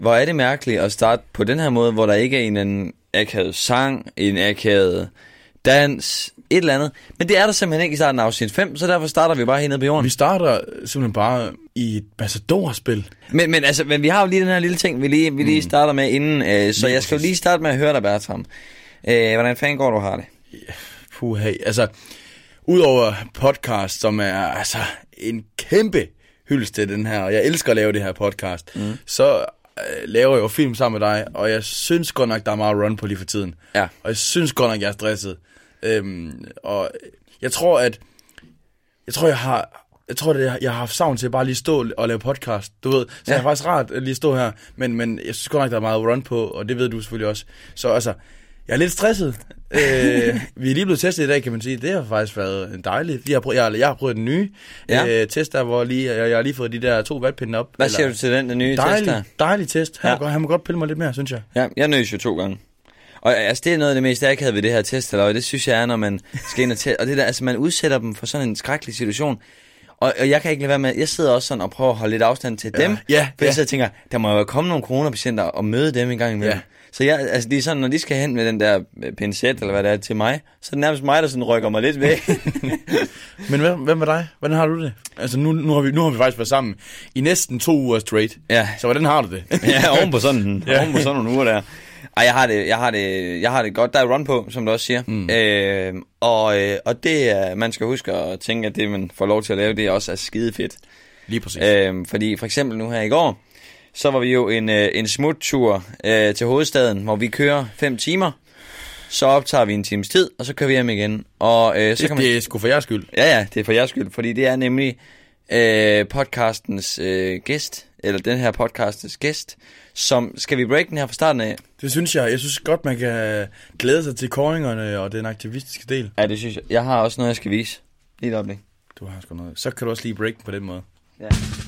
hvor er det mærkeligt at starte på den her måde, hvor der ikke er en akavet sang, en akavet dans, et eller andet. Men det er der simpelthen ikke i starten af afsnit 5, så derfor starter vi bare hernede på jorden. Vi starter simpelthen bare i et Matador-spil. Men vi har jo lige den her lille ting, vi lige starter med inden, så jeg skal jo lige starte med at høre dig, Bertram. Hvordan fanden går du har det? Puha, altså, udover podcast, som er altså en kæmpe hyldest til den her, og jeg elsker at lave det her podcast, så laver jeg jo film sammen med dig, og jeg synes godt nok, der er meget run på lige for tiden. Ja. Og jeg synes godt nok, jeg er stresset. Og jeg tror, jeg har haft savn til at bare lige stå og lave podcast, du ved. Så jeg er faktisk rart at lige stå her, men jeg synes godt nok, der er meget run på, og det ved du selvfølgelig også. Så altså, jeg er lidt stresset. Vi er lige blevet testet i dag, kan man sige. Det har faktisk været en dejlig. Jeg har prøvet den nye test der, hvor jeg har lige fået de der 2 vatpinde op. Hvad siger du til den nye test der? Dejlig test. Han må godt pille mig lidt mere, synes jeg. Ja, jeg nøjes jo 2 gange. Og altså, det er noget af det mest akavede ved det her test, eller det synes jeg er, når man skal ind og teste. Og det der, altså, man udsætter dem for sådan en skrækkelig situation. Og jeg kan ikke lade være med, jeg sidder også sådan og prøver at holde lidt afstand til dem. For jeg sidder og tænker, der må jo komme nogle coronapatienter og møde dem en gang imellem. Så altså, det er sådan, når de skal hen med den der pincet, eller hvad det er, til mig, så er det nærmest mig, der sådan rykker mig lidt væk. Men hvem med dig? Hvordan har du det? Altså, nu har vi faktisk været sammen i næsten 2 uger straight. Ja. Så hvordan har du det? Oven på sådan nogle uger der. Ej, jeg har det godt. Der er run på, som du også siger. Og det er, man skal huske at tænke, at det, man får lov til at lave, det også er skide fedt. Lige præcis. Fordi for eksempel nu her i går, så var vi jo en smuttur til hovedstaden, hvor vi kører 5 timer. Så optager vi en times tid, og så kører vi hjem igen. Og, så kan man... Det er sgu for jeres skyld. Ja, det er for jeres skyld, fordi det er nemlig podcastens gæst, eller den her podcastens gæst, som, skal vi break den her fra starten af? Det synes jeg. Jeg synes godt, man kan glæde sig til kåringerne og den aktivistiske del. Ja, det synes jeg. Jeg har også noget, jeg skal vise. Lige et øjeblik. Du har sgu noget. Så kan du også lige break den på den måde. Ja.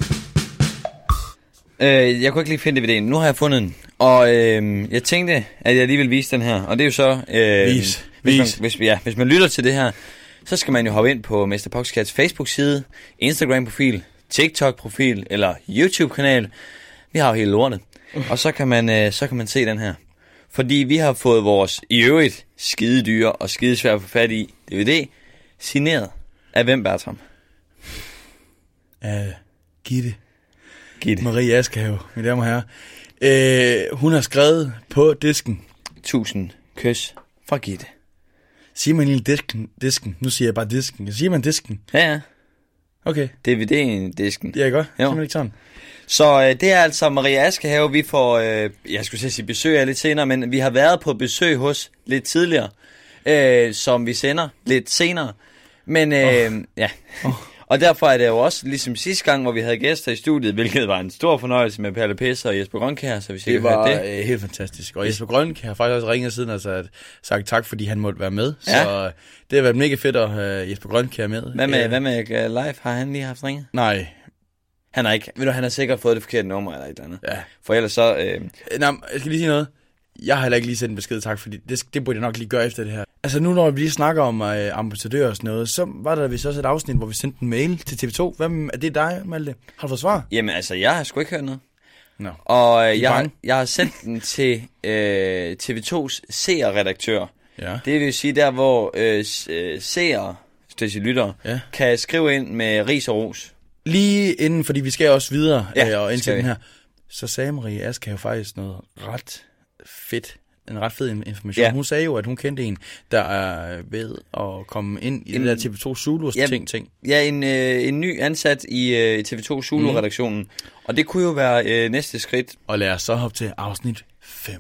Jeg kunne ikke lige finde DVD'en. Nu har jeg fundet den. Og jeg tænkte, at jeg lige vil vise den her. Og det er jo så... Hvis man lytter til det her, så skal man jo hoppe ind på Mr. Poxcats Facebook-side, Instagram-profil, TikTok-profil eller YouTube-kanal. Vi har jo hele lortet. Og så kan man se den her. Fordi vi har fået vores i øvrigt skide dyre og skide svært at få fat i DVD signeret af hvem, Bertram? Gitte. Marie Askehave, mine damer og herrer. Hun har skrevet på disken. 1000 kys fra Gitte. Siger man lige disken? Nu siger jeg bare disken. Siger man disken? Ja. Okay. DVD-disken. Ja, godt. Siger man ikke sådan? Så det er altså Marie Askehave, vi får, jeg skulle sige besøg af lidt senere, men vi har været på besøg hos lidt tidligere, som vi sender lidt senere. Men ja, og derfor er det jo også ligesom sidste gang, hvor vi havde gæster i studiet, hvilket var en stor fornøjelse med Perle Pisse og Jesper Grønkjær, så vi sikkert hørte det. Det var helt fantastisk, og Jesper Grønkjær har faktisk også ringet siden og sagt tak, fordi han måtte være med, så det har været mega fedt at have Jesper Grønkjær med. Hvad med live? Har han lige haft ringet? Nej. Han har ikke. Ved du, han har sikkert fået det forkerte nummer eller et eller andet. Ja. For ellers så... Nej, jeg skal lige sige noget. Jeg har heller ikke lige sendt en besked, tak, fordi det burde jeg nok lige gøre efter det her. Altså nu, når vi lige snakker om ambassadør og sådan noget, så var der vist også et afsnit, hvor vi sendte en mail til TV2. Hvem er det dig, Malte? Har du fået svar? Jamen altså, jeg har sgu ikke hørt noget. No. Og jeg har sendt den til TV2's seerredaktør. Ja. Det vil sige der, hvor seere, lyttere, kan skrive ind med ris og ros. Lige inden, fordi vi skal også videre og ind til den her, så sagde Marie Askehave faktisk noget ret fedt. En ret fed information. Ja. Hun sagde jo, at hun kendte en, der er ved at komme ind i det der TV2 Zulus ting. Ja, en ny ansat i TV2 Zulu-redaktionen. Og det kunne jo være næste skridt. Og lad os så hoppe til afsnit 5.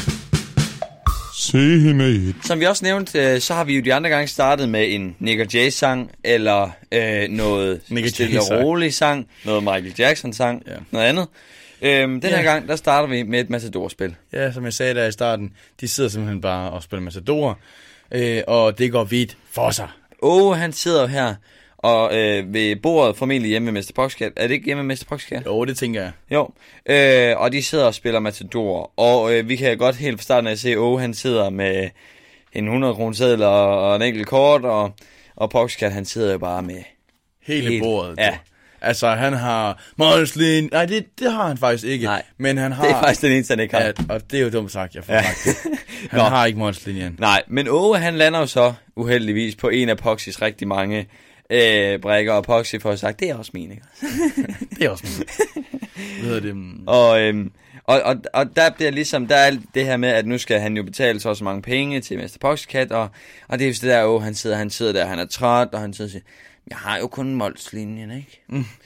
Se hende. Som vi også nævnte, så har vi jo de andre gange startet med en Nick Jay-sang, eller noget stille og rolig sang, noget Michael Jackson-sang, noget andet. Den her gang, der starter vi med et Matador-spil. Ja, som jeg sagde der i starten, de sidder simpelthen bare og spiller Matador, og det går vidt for sig. Han sidder her og ved bordet, formentlig hjemme med Mr. Poxcat. Er det ikke hjemme med Mr. Poxcat? Jo, det tænker jeg. Jo, og de sidder og spiller Matador, og vi kan godt helt fra starten af se, han sidder med en 100 kroner seddel og en enkelt kort, og Poxcat, han sidder jo bare med hele bordet. Ja. Altså, han har målslinjen. Nej, det har han faktisk ikke. Nej, men han har... det er faktisk den eneste, han ikke har. Ja, og det er jo dumt sagt, jeg får sagt det. Han har ikke målslinjen. Nej, men Åge, han lander jo så uheldigvis på en af Poxys rigtig mange brækker, og Poxy får sagt, det er også min, ikke? Det er også min. Ved det? Og der bliver ligesom, der er det her med, at nu skal han jo betale så mange penge til Mr. Poxycat, og det er jo det der, Åge, han sidder der, han er træt, og han sidder og siger, jeg har jo kun målslinjen, ikke?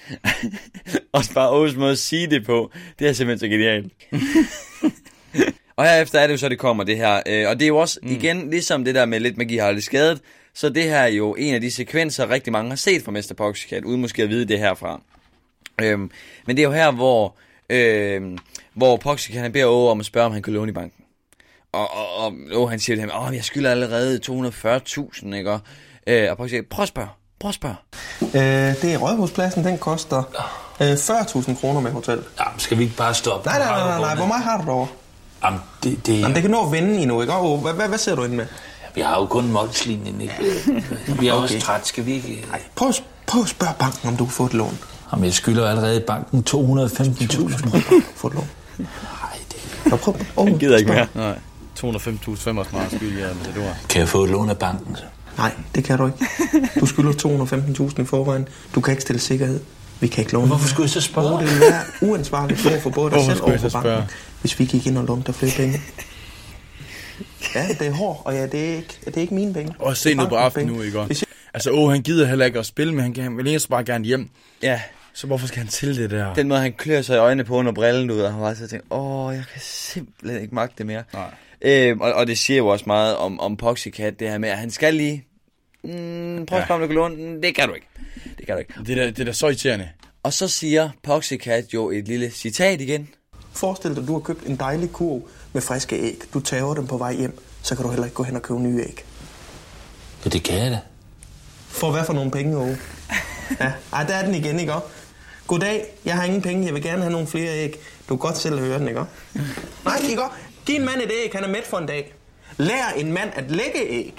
Og bare Åges måde at sige det på, det er simpelthen så genialt. Og herefter er det jo så, det kommer det her, og det er jo også igen, ligesom det der med lidt magi har aldrig skadet, så det her er jo en af de sekvenser, rigtig mange har set fra Mr. Poxycat, uden måske at vide det herfra. Men det er jo her, hvor Poxycat han beder Åge om at spørge, om han kan låne i banken. Og han siger til ham, jeg skylder allerede 240.000, ikke? Og Poxycat, prøv at spørge. Det er Rådhuspladsen, den koster 40.000 kroner med hotel. Jamen, skal vi ikke bare stoppe? Nej, hvor meget har du derovre? Jamen, Jamen, det kan nå at vende endnu, ikke? Hvad ser du ind med? Vi har jo kun målslinjen, ikke? Vi er også træt, skal vi ikke? Nej, prøv at spørge banken, om du kan få et lån. Jamen, jeg skylder allerede banken 215.000. Få et lån. Nej, det... Nå, prøv. Han gider ikke mere. Nej, 205.000 er også meget skyld, ja, med det ord. Kan jeg få et lån af banken, så? Nej, det kan du ikke. Du skylder 215.000 i forvejen. Du kan ikke stille sikkerhed. Vi kan ikke låne. Hvorfor skulle jeg så spørge? Det ville være uansvarligt for både dig selv og for banken, hvis vi gik ind og lånte dig flere penge. Ja, det er hårdt, og ja, det er ikke mine penge. Og se nu på aftenen nu, ikke? Altså, han gider heller ikke at spille, men han vil egentlig bare gerne hjem. Ja. Så hvorfor skal han til det der? Den måde, han klør sig i øjnene på under brillen ud, og han var så tænkt, jeg kan simpelthen ikke magte det mere. Nej. Og det siger jo også meget om Poxycat, det her med, at han skal lige... prøv at spørge, om du kan låne. Det kan du ikke. Det er da så irriterende. Og så siger Poxycat jo et lille citat igen. Forestil dig, du har købt en dejlig kurv med friske æg. Du tager dem på vej hjem, så kan du heller ikke gå hen og købe nye æg. Ja, det kan jeg da. For hvad for nogle penge, Åge? Ja, der er den igen, ikke? Goddag, jeg har ingen penge, jeg vil gerne have nogle flere æg. Du kan godt selv høre den, ikke? Nej, ikke? Giv en mand et æg, han er mæt for en dag. Lær en mand at lægge æg.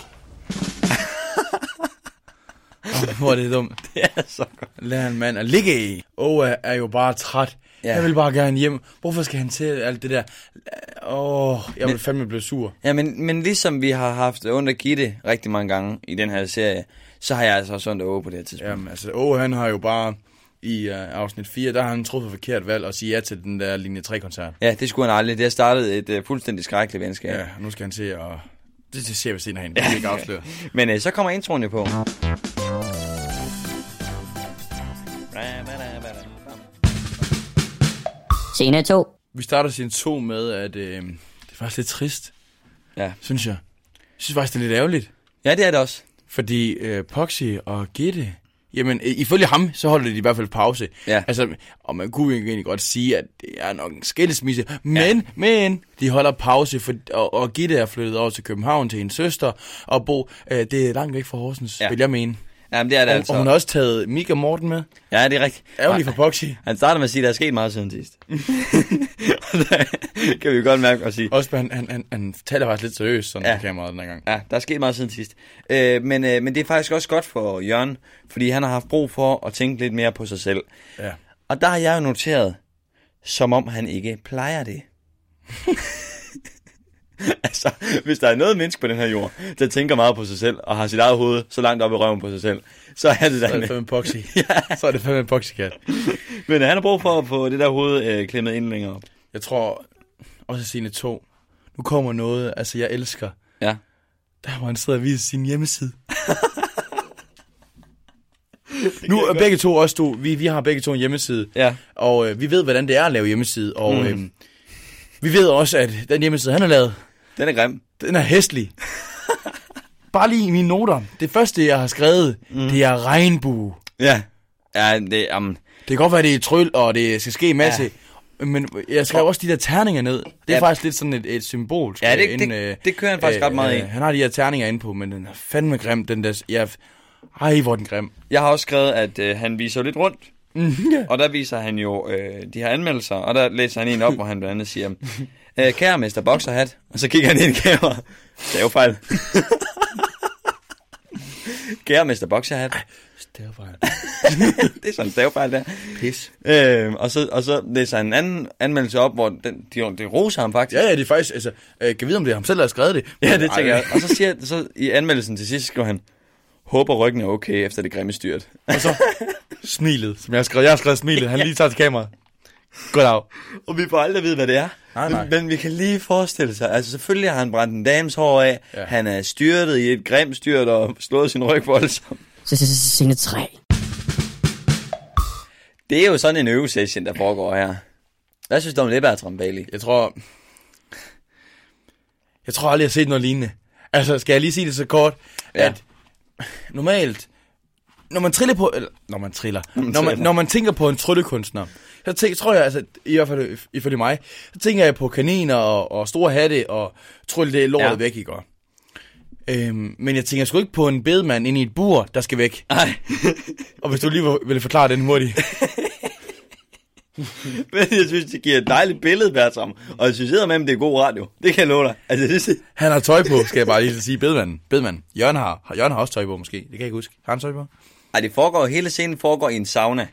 Hvor er det dumt. Det er så godt. Lær en mand at ligge i. Åge er jo bare træt. Ja. Jeg vil bare gerne hjem. Hvorfor skal han til alt det der? Jeg vil fandme blive sur. Ja, men ligesom vi har haft ondt at give det rigtig mange gange i den her serie, så har jeg altså også ondt at Åge på det her tidspunkt. Jamen, altså Åge han har jo bare i afsnit 4, der har han truffet forkert valg og sige ja til den der linje 3-koncert. Ja, det skulle han aldrig. Det har startet et fuldstændig skrækkeligt venskab. Ja, nu skal han se, og det ser vi senere hen. Det kan ikke afsløre. Men så kommer introen jo på. Scene 2. Vi starter scene 2 med, at det er faktisk lidt trist. Ja. Synes jeg. Jeg synes faktisk, det er lidt ærgerligt. Ja, det er det også. Fordi Poxy og Gitte, jamen ifølge ham, så holder de i hvert fald pause. Ja. Altså, og man kunne egentlig godt sige, at det er nok en skilsmisse. Men de holder pause, og Gitte er flyttet over til København til hendes søster. Og Bo, det er langt væk fra Horsens, vil jeg mene. Jamen, det er det altså. Og hun har også taget Mika og Morten med. Ja, det er rigtigt. Ærgerligt for Poxy. Han starter med at sige, at der er sket meget siden sidst. Kan vi jo godt mærke at sige. Også han taler faktisk lidt seriøst sådan på kameraet den her gang. Ja, der er sket meget siden sidst. Men det er faktisk også godt for Jørgen, fordi han har haft brug for at tænke lidt mere på sig selv. Ja. Og der har jeg jo noteret, som om han ikke plejer det. Altså, hvis der er noget menneske på den her jord, der tænker meget på sig selv, og har sit eget hoved så langt op i røven på sig selv, så er det så er det fandme Poxy. Så er det fandme Poxycat. Men han har brug for at få det der hoved klemmet ind længere op. Jeg tror også scene 2. Nu kommer noget, altså jeg elsker. Ja. Der hvor han sidder og viser sin hjemmeside. Nu er begge to også vi har begge to en hjemmeside. Ja. Og vi ved, hvordan det er at lave hjemmeside. Og vi ved også, at den hjemmeside, han har lavet, den er grim. Den er hæslig. Bare lige i mine noter. Det første, jeg har skrevet, det er regnbue. Ja. Ja, det Det kan godt være, det er tryl, og det skal ske en masse. Ja. Men jeg skrev også de der terninger ned. Det er faktisk lidt sådan et symbol. Ja, det kører han faktisk ret meget i. Han har de her terninger inde på, men den er fandme grim. Den der, hvor den grim. Jeg har også skrevet, at han viser lidt rundt. Og der viser han jo de her anmeldelser, og der læser han en op, hvor han blandt andet siger, kære Mr. Boxerhat, og så kigger han ind i kameraet. Det er jo fejl. Kære Mr. Boxerhat. Stavefejl. Det er sådan en stavefejl der. Pis. Og så læser han en anden anmeldelse op, hvor de roser ham faktisk. Ja, det er faktisk, altså, kan vide, om det er ham selv, der har skrevet det. Ja, det tænker jeg. Og så siger så i anmeldelsen til sidst, skriver han, håber ryggen er okay efter det grimme styrt. Og så smilet, som jeg har skrevet smilet. Han lige tager til kameraet. Goddag. Og vi får aldrig at vide, hvad det er. Nej. Men vi kan lige forestille sig. Altså selvfølgelig har han brændt en dames hår af. Ja. Han er styrtet i et grimt styrt og slået sin ryg voldsomt. Scene 3. Det er jo sådan en øvesession, der foregår her. Hvad synes du om det, Bertram Bailey? Jeg tror aldrig, jeg har set noget lignende. Altså, skal jeg lige sige det så kort, at normalt, når man tænker på en tryllekunstner, så tror jeg, altså, i hvert fald ifølge mig, så tænker jeg på kaniner og store hatte og trylle det lortet væk, ikke? Men jeg tænker sgu ikke på en bedemand inde i et bur, der skal væk. Nej. Og hvis du lige ville forklare den hurtigt. Men jeg synes, det giver et dejligt billede, Bertram. Og jeg synes med, det er god radio. Det kan jeg love dig. Altså, Han har tøj på, skal jeg bare lige sige. Bedmanden. Jørgen har også tøj på, måske. Det kan jeg ikke huske. Har han tøj på? Ej, hele scenen foregår i en sauna.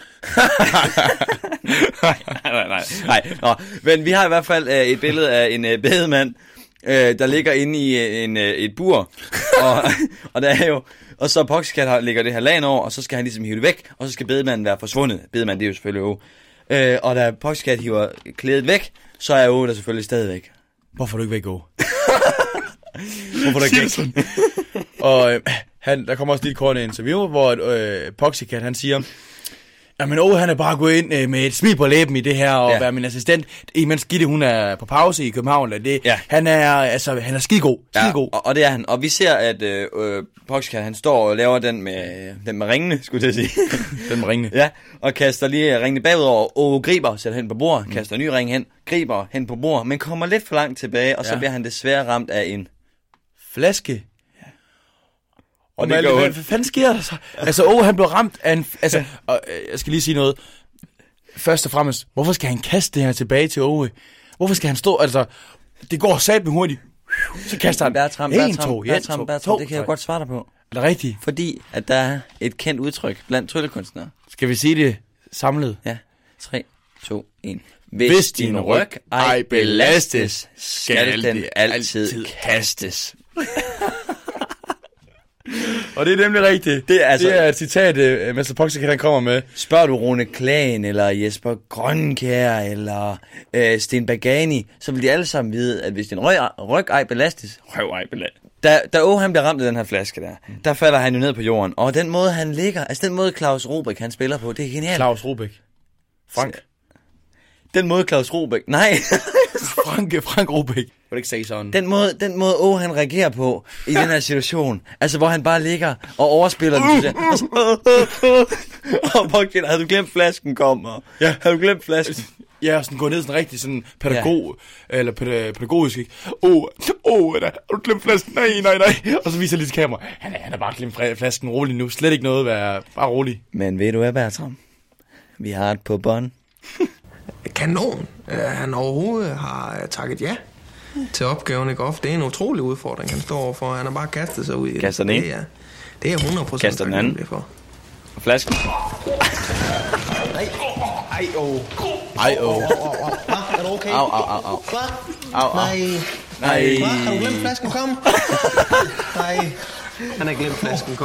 Nej. Nå, men vi har i hvert fald et billede af en bedemand, der ligger inde i et bur. Og der er jo... Og så Poxycat lægger det her lagen over, og så skal han ligesom hive det væk, og så skal bedemanden være forsvundet. Bedemanden, det er jo selvfølgelig Åge. Og da Poxycat hiver klædet væk, så er Åge der selvfølgelig stadigvæk. Hvorfor er du ikke væk, Åge? Hvorfor er du ikke væk? Og der kommer også lige et kort interview, hvor Poxycat, han siger... Jamen Åge, han er bare gået ind med et smil på læben i det her, og være min assistent, imens Gitte, hun er på pause i København. Han er skidegod. Og det er han. Og vi ser, at Poxycat, han står og laver den med ringene, skulle jeg sige. Den med ringene. Ja, og kaster lige ringene bagudover, og griber, sætter hen på bordet, kaster en ny ring hen, griber hen på bordet, men kommer lidt for langt tilbage, og så bliver han desværre ramt af en flaske. Og hvad fanden sker der så? Altså, han blev ramt af en... Altså, og, jeg skal lige sige noget. Først og fremmest, hvorfor skal han kaste det her tilbage til Åge? Hvorfor skal han stå... Altså, det går satme hurtigt. Så kaster han... Bertram, det kan jeg godt svare dig på. Er det rigtigt? Fordi, at der er et kendt udtryk blandt tryllekunstnere. Skal vi sige det samlet? Ja. 3, 2, 1. Hvis din ryg ej belastes, skal den altid kastes. Og det er nemlig rigtigt. Det er et citat, Mr. Poxycat, han kommer med. Spørger du Rune Klagen, eller Jesper Grønkjær, eller Sten Bagani, så vil de alle sammen vide, at hvis din ryg ej belastes, da Åge han bliver ramt af den her flaske der falder han jo ned på jorden. Og den måde han ligger, altså den måde Claus Robek han spiller på, det er genialt. Claus Robek. Frank. Den måde Claus Robek, nej. Frank Robek. Må du ikke sige sådan? Den måde Åge han reagerer på i den her situation, altså hvor han bare ligger og overspiller den. Og Poxycat, havde du glemt flasken, Ja. Havde du glemt flasken? Ja, sådan gå ned sådan rigtig sådan eller pædagogisk, ikke? Har du glemt flasken? Nej. Og så viser jeg lige til kamera. Han har bare glemt flasken, rolig nu. Slet ikke noget, bare rolig. Men ved du hvad, Bertram? Vi har det på bånd. Kanon. Han overhovedet har takket ja til opgaven, ikke? Det er en utrolig udfordring, han står overfor. Han har bare kastet sig ud i det. Kaster den ind? Det er 100% kaster den anden for. Og flasken. Nej. Er du okay? Au. Nej. Har du glemt flasken? Kom. Nej. Han har glemt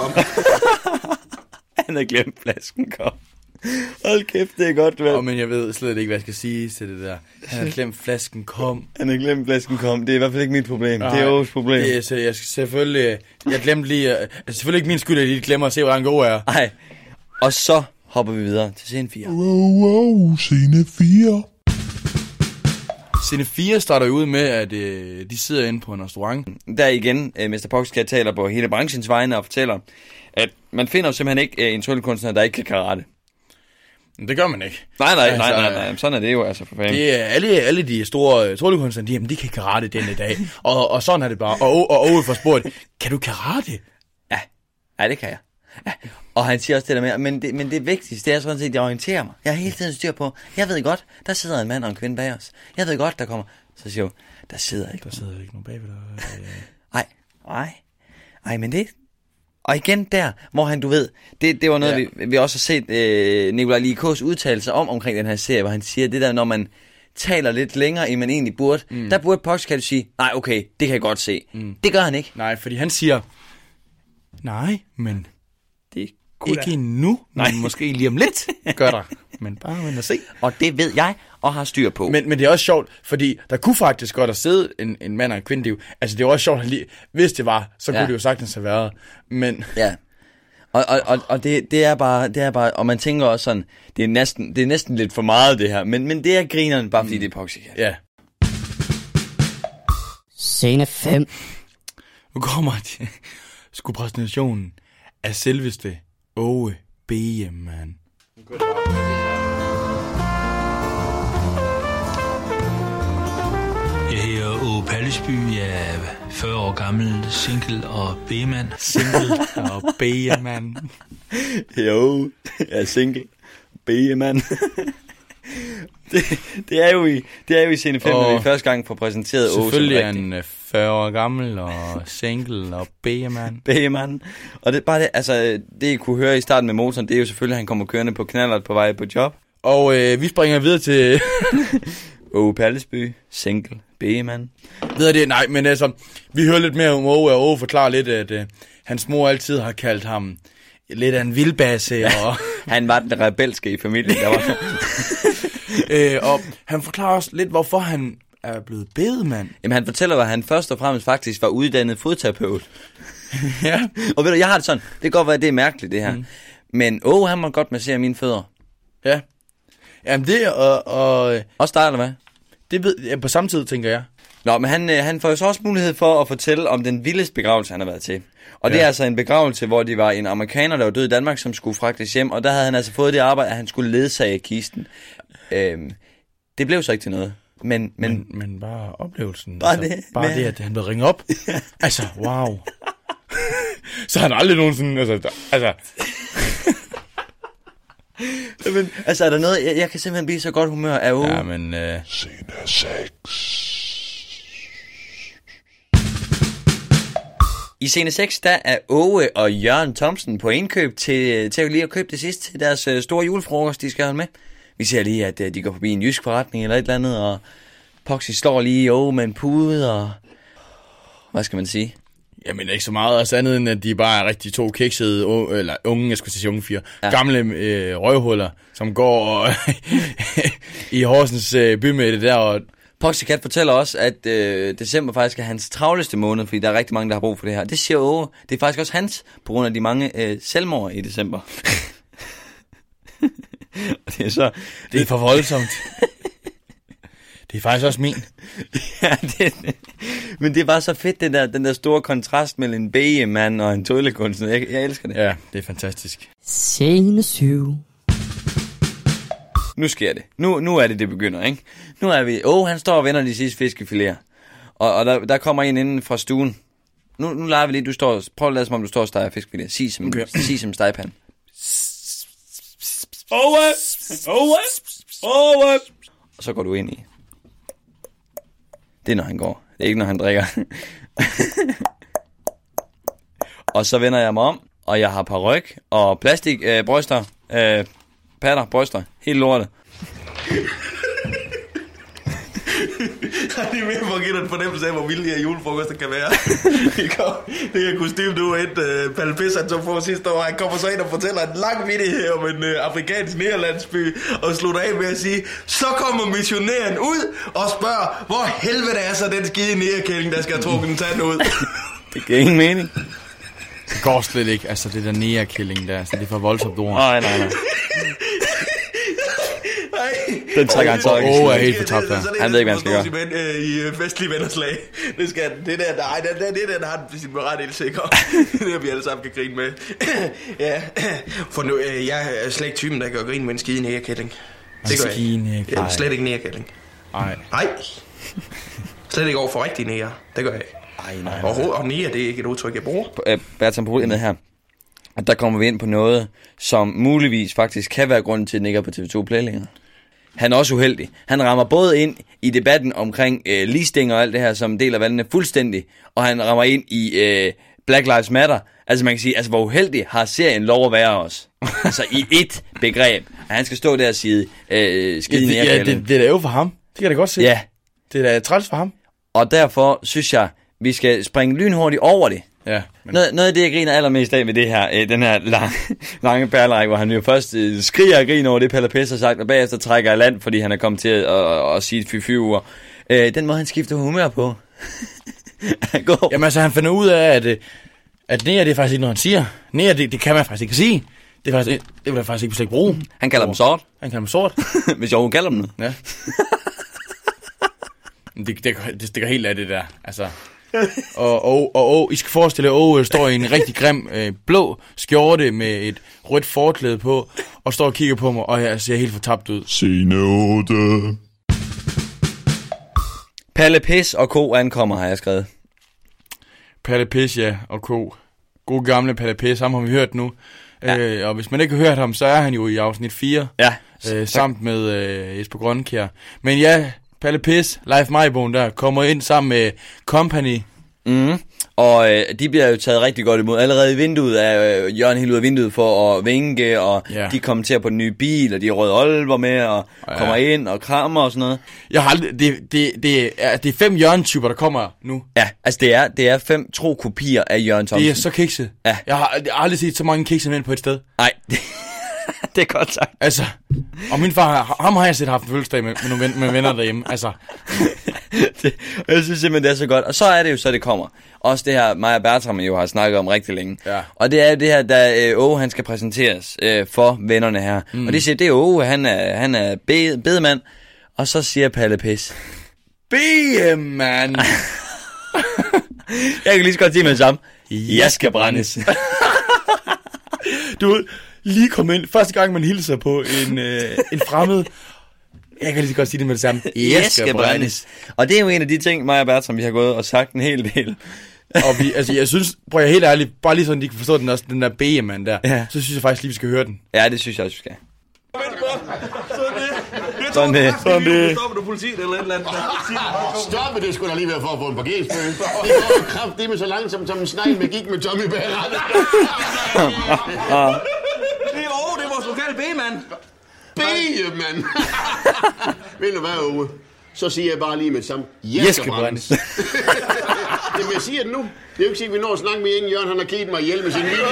flasken. Kom. Hold kæft, det er godt, vel? Men jeg ved slet ikke, hvad jeg skal sige til det der. Han har glemt flasken, kom. Det er i hvert fald ikke mit problem. Det er Åges problem. Det er, jeg glemte lige... selvfølgelig ikke min skyld, at I glemmer at se, hvordan Åge er. Nej. Og så hopper vi videre til scene 4. Scene 4. Scene 4 starter ud med, at de sidder inde på en restaurant. Der igen, Mr. Poxycat taler på hele branchens vegne og fortæller, at man finder jo simpelthen ikke en tryllekunstner, der ikke kan karate. Det gør man ikke. Nej. Sådan er det jo, altså for fanden. Det er alle de store tryllekunstnere, de kan karate denne dag. og sådan er det bare. Og Åge får spurgt, kan du karate? Ja, det kan jeg. Ja. Og han siger også det der med, men det vigtigste, det er sådan set, at jeg orienterer mig. Jeg har hele tiden styr på, jeg ved godt, der sidder en mand og en kvinde bag os. Jeg ved godt, der kommer. Så siger jeg, der sidder ikke nogen bag ved dig. Nej, men det... Og igen der, hvor han, du ved, det var noget, vi også har set Nikolaj Likås udtalelser omkring den her serie, hvor han siger, det der, når man taler lidt længere, end man egentlig burde, der burde Poxcat sige, nej, okay, det kan jeg godt se. Det gør han ikke. Nej, fordi han siger, nej, men det ikke endnu, men måske lige om lidt gør der. Men bare vent og se. Og det ved jeg, og har styr på. Men det er også sjovt, fordi der kunne faktisk godt have siddet en mand og en kvinde. Det altså, det er også sjovt, at hvis det var, så kunne det jo sagtens have været. Men... Ja. Og det er bare, og man tænker også sådan, det er næsten lidt for meget det her, men det er grineren, bare fordi det er Poxcat. Ja. Scene 5. Nu kommer sgu præsentationen af selveste Åge Begemann. Jeg hedder Åge Pallesby, jeg er 40 år gammel, single og B-mand. Single og B-mand. Jo, jeg er single, B-mand. det er jo i scene 5, når vi første gang får præsenteret Åge. Selvfølgelig er han 40 år gammel og single og B-mand. B-mand. Og det bare det, altså det I kunne høre i starten med motoren, det er jo selvfølgelig, at han kommer kørende på knallert på vej på job. Og vi springer videre til... Åge Pallesby, single, B-mand. Ved det? Nej, men altså, vi hører lidt mere om Åge, og Åge forklarer lidt, at hans mor altid har kaldt ham lidt af en vildbasse. Og han var den rebelske i familien, der var. Og han forklarer også lidt, hvorfor han er blevet bedemand. Jamen han fortæller, at han først og fremmest faktisk var uddannet fodterapeut. Ja. Og ved du, jeg har det sådan, det kan godt være, det er mærkeligt det her. Men Åge, han må godt massere mine fødder. Ja. Jamen det og... Også dig, eller hvad? Det ved jeg på samme tid, tænker jeg. Nå, men han får jo så også mulighed for at fortælle om den vildeste begravelse, han har været til. Og det er altså en begravelse, hvor det var en amerikaner, der var død i Danmark, som skulle fragtes hjem. Og der havde han altså fået det arbejde, at han skulle ledsage kisten. Det blev så ikke til noget. Men bare oplevelsen. Bare altså, det. Bare det, at han blev ringet op. Altså, wow. Så han aldrig nogensinde... Altså... Men, altså er der noget, jeg kan simpelthen blive så godt humør af Åge. Ja, men... Scene 6. I scene 6, der er Åge og Jørgen Thomsen på indkøb til lige at købe det sidste til deres store julefrokost, de skal holde med. Vi ser lige, at de går forbi en jysk forretning eller et eller andet, og Poxy slår lige Åge med en pude, og... Hvad skal man sige? Jamen ikke så meget, altså andet end, at de bare er rigtig to kiksede unge, jeg skulle sige unge fyre, gamle røvhuller, som går i Horsens bymidte der. Og Poxycat fortæller også, at december faktisk er hans travleste måned, fordi der er rigtig mange, der har brug for det her. Det siger Åge. Det er faktisk også hans, på grund af de mange selvmord i december. Det er for voldsomt. Det er faktisk også min. Ja, men det er bare så fedt, den der store kontrast mellem en B-mand og en tryllekunstner. Jeg elsker det. Ja, det er fantastisk. Scene 7. Nu sker det. Nu er det begynder, ikke? Nu er vi... han står og vender de sidste fiskefiléer. Og der kommer en inden fra stuen. Nu leger vi lige, prøv at lade som om du står og steger fiskefiléer. Sig som stegepand. Over! Og så går du ind i. Det er, når han går. Det er ikke, når han drikker. Og så vender jeg mig om, og jeg har paryk og plastikbryster, patter, bryster, helt lortet. Det er mere for at give dig en fornemmelse af, hvor vilde de her julefrokoster kan være. Det her kostyme, du Palle Piss, han tog på sidste år. Han kommer så ind og fortæller en lang vidighed om en afrikansk nederlandsby, og slutter af med at sige, så kommer missionæren ud og spørger, hvor helvede er så den skide nærkælling, der skal have trukket en tand ud. Det giver ingen mening. Det går slet ikke, altså det der nærkælling der, så det er for voldsomt ord. Nej. Den trækker han så ikke. Åh, er helt fortabt der. Han ved ikke, hvad han skal gøre. I festlige vennerslag. Det skal det der har den sin ret helt sikker. Det der, vi alle sammen kan grine med. Ja, for nu, jeg er slet ikke typen, der kan grine med en skide nærkælling. Det gør jeg. Jeg er slet ikke nærkælling. Nej. Slet ikke over for rigtig nær. Det gør jeg ikke. Nej. Og nær, det er ikke et udtryk, jeg bruger. Bertram, problemet her. Og der kommer vi ind på noget, som muligvis faktisk kan være grunden til, at den ikke er på TV2 Play længere. Han er også uheldig. Han rammer både ind i debatten omkring ligestilling og alt det her, som del af valgene fuldstændig, og han rammer ind i Black Lives Matter. Altså man kan sige, altså hvor uheldig har serien lov at være os. Altså i ét begreb. At han skal stå der og sige, skide det er da jo for ham. Det kan jeg da godt se. Ja. Det er da træls for ham. Og derfor synes jeg, vi skal springe lynhurtigt over det. Ja. Men... Noget af det, jeg griner allermest af med det her, den her lange perlerække, hvor han jo først skriger og griner over det, Palle Pes har sagt, og bagefter trækker af land, fordi han er kommet til at sige et fy-uger. Den måde, han skifter humør på. Jamen altså, han finder ud af, at nære, det er faktisk ikke noget, han siger. Nære, det kan man faktisk ikke sige. Det vil jeg faktisk ikke bruge. Han kalder dem sort. Han kalder dem sort. Hvis jeg kalder dem noget. Ja. Det stikker helt af det der, altså. Og I skal forestille jer, står i en rigtig grim blå skjorte med et rødt forklæde på, og står og kigger på mig, og jeg ser helt fortabt ud. Scene 8. Palle Pes og Ko ankommer, har jeg skrevet. Palle Pes, ja, og Ko. God gamle Palle Pes, ham har vi hørt nu. Ja. Og hvis man ikke har hørt ham, så er han jo i afsnit 4. Ja. Samt med Jesper Grønkjær. Men ja, Palle Pes, Leif Majboen der, kommer ind sammen med Company. Og de bliver jo taget rigtig godt imod. Allerede i vinduet er Jørgen helt ud af vinduet for at vinke, og de kommenterer på den nye bil, og de har røde Aalborg med, og kommer ind og krammer og sådan noget. Jeg har det er 5 Jørgen-typer, der kommer nu. Ja, altså det er 5 tro kopier af Jørgen Thomsen. Det er så kikset. Ja. Jeg har aldrig set så mange kiksede mænd på et sted. Nej, det er godt sagt. Altså, og min far, ham har jeg set haft en fødselsdag med nogle venner derhjemme, altså. Jeg synes simpelthen, det er så godt. Og så er det jo så, det kommer. Også det her, Maja Bertram jo har snakket om rigtig længe. Ja. Og det er jo det her, da han skal præsenteres for vennerne her. Og det siger, det er han er bedemand. Og så siger Palle Pes. Bedemand! Jeg kan lige så godt sige med det samme. Jeg skal brændes. Du lige kom ind. Første gang, man hilser på en fremmed. Jeg kan lige så godt sige det med det samme. Jeg skal brændes. Og det er jo en af de ting, Maja Bertram, vi har gået og sagt en hel del. Og jeg synes, prøv jeg helt ærligt, bare lige sådan, de kan forstå den også, den der B-mand der. Ja. Så synes jeg faktisk lige, vi skal høre den. Ja, det synes jeg også, vi skal. Sådan det. Stopper du politiet eller et eller andet? Stoppe det skulle da lige være for at få en parkeringsbøde. Det går jo kraftedeme så langsomt som en snegl med gik med Tommy Bager. Det er vores lokale B-mand. B-mand. Ved du hvad, Ove? Så siger jeg bare lige med det samme. Jeg skal brændes. Jamen, jeg siger det nu. Det er jo ikke sikkert, vi når at snakke med Inge Jørgen. Han har givet mig ihjel med sin vilje.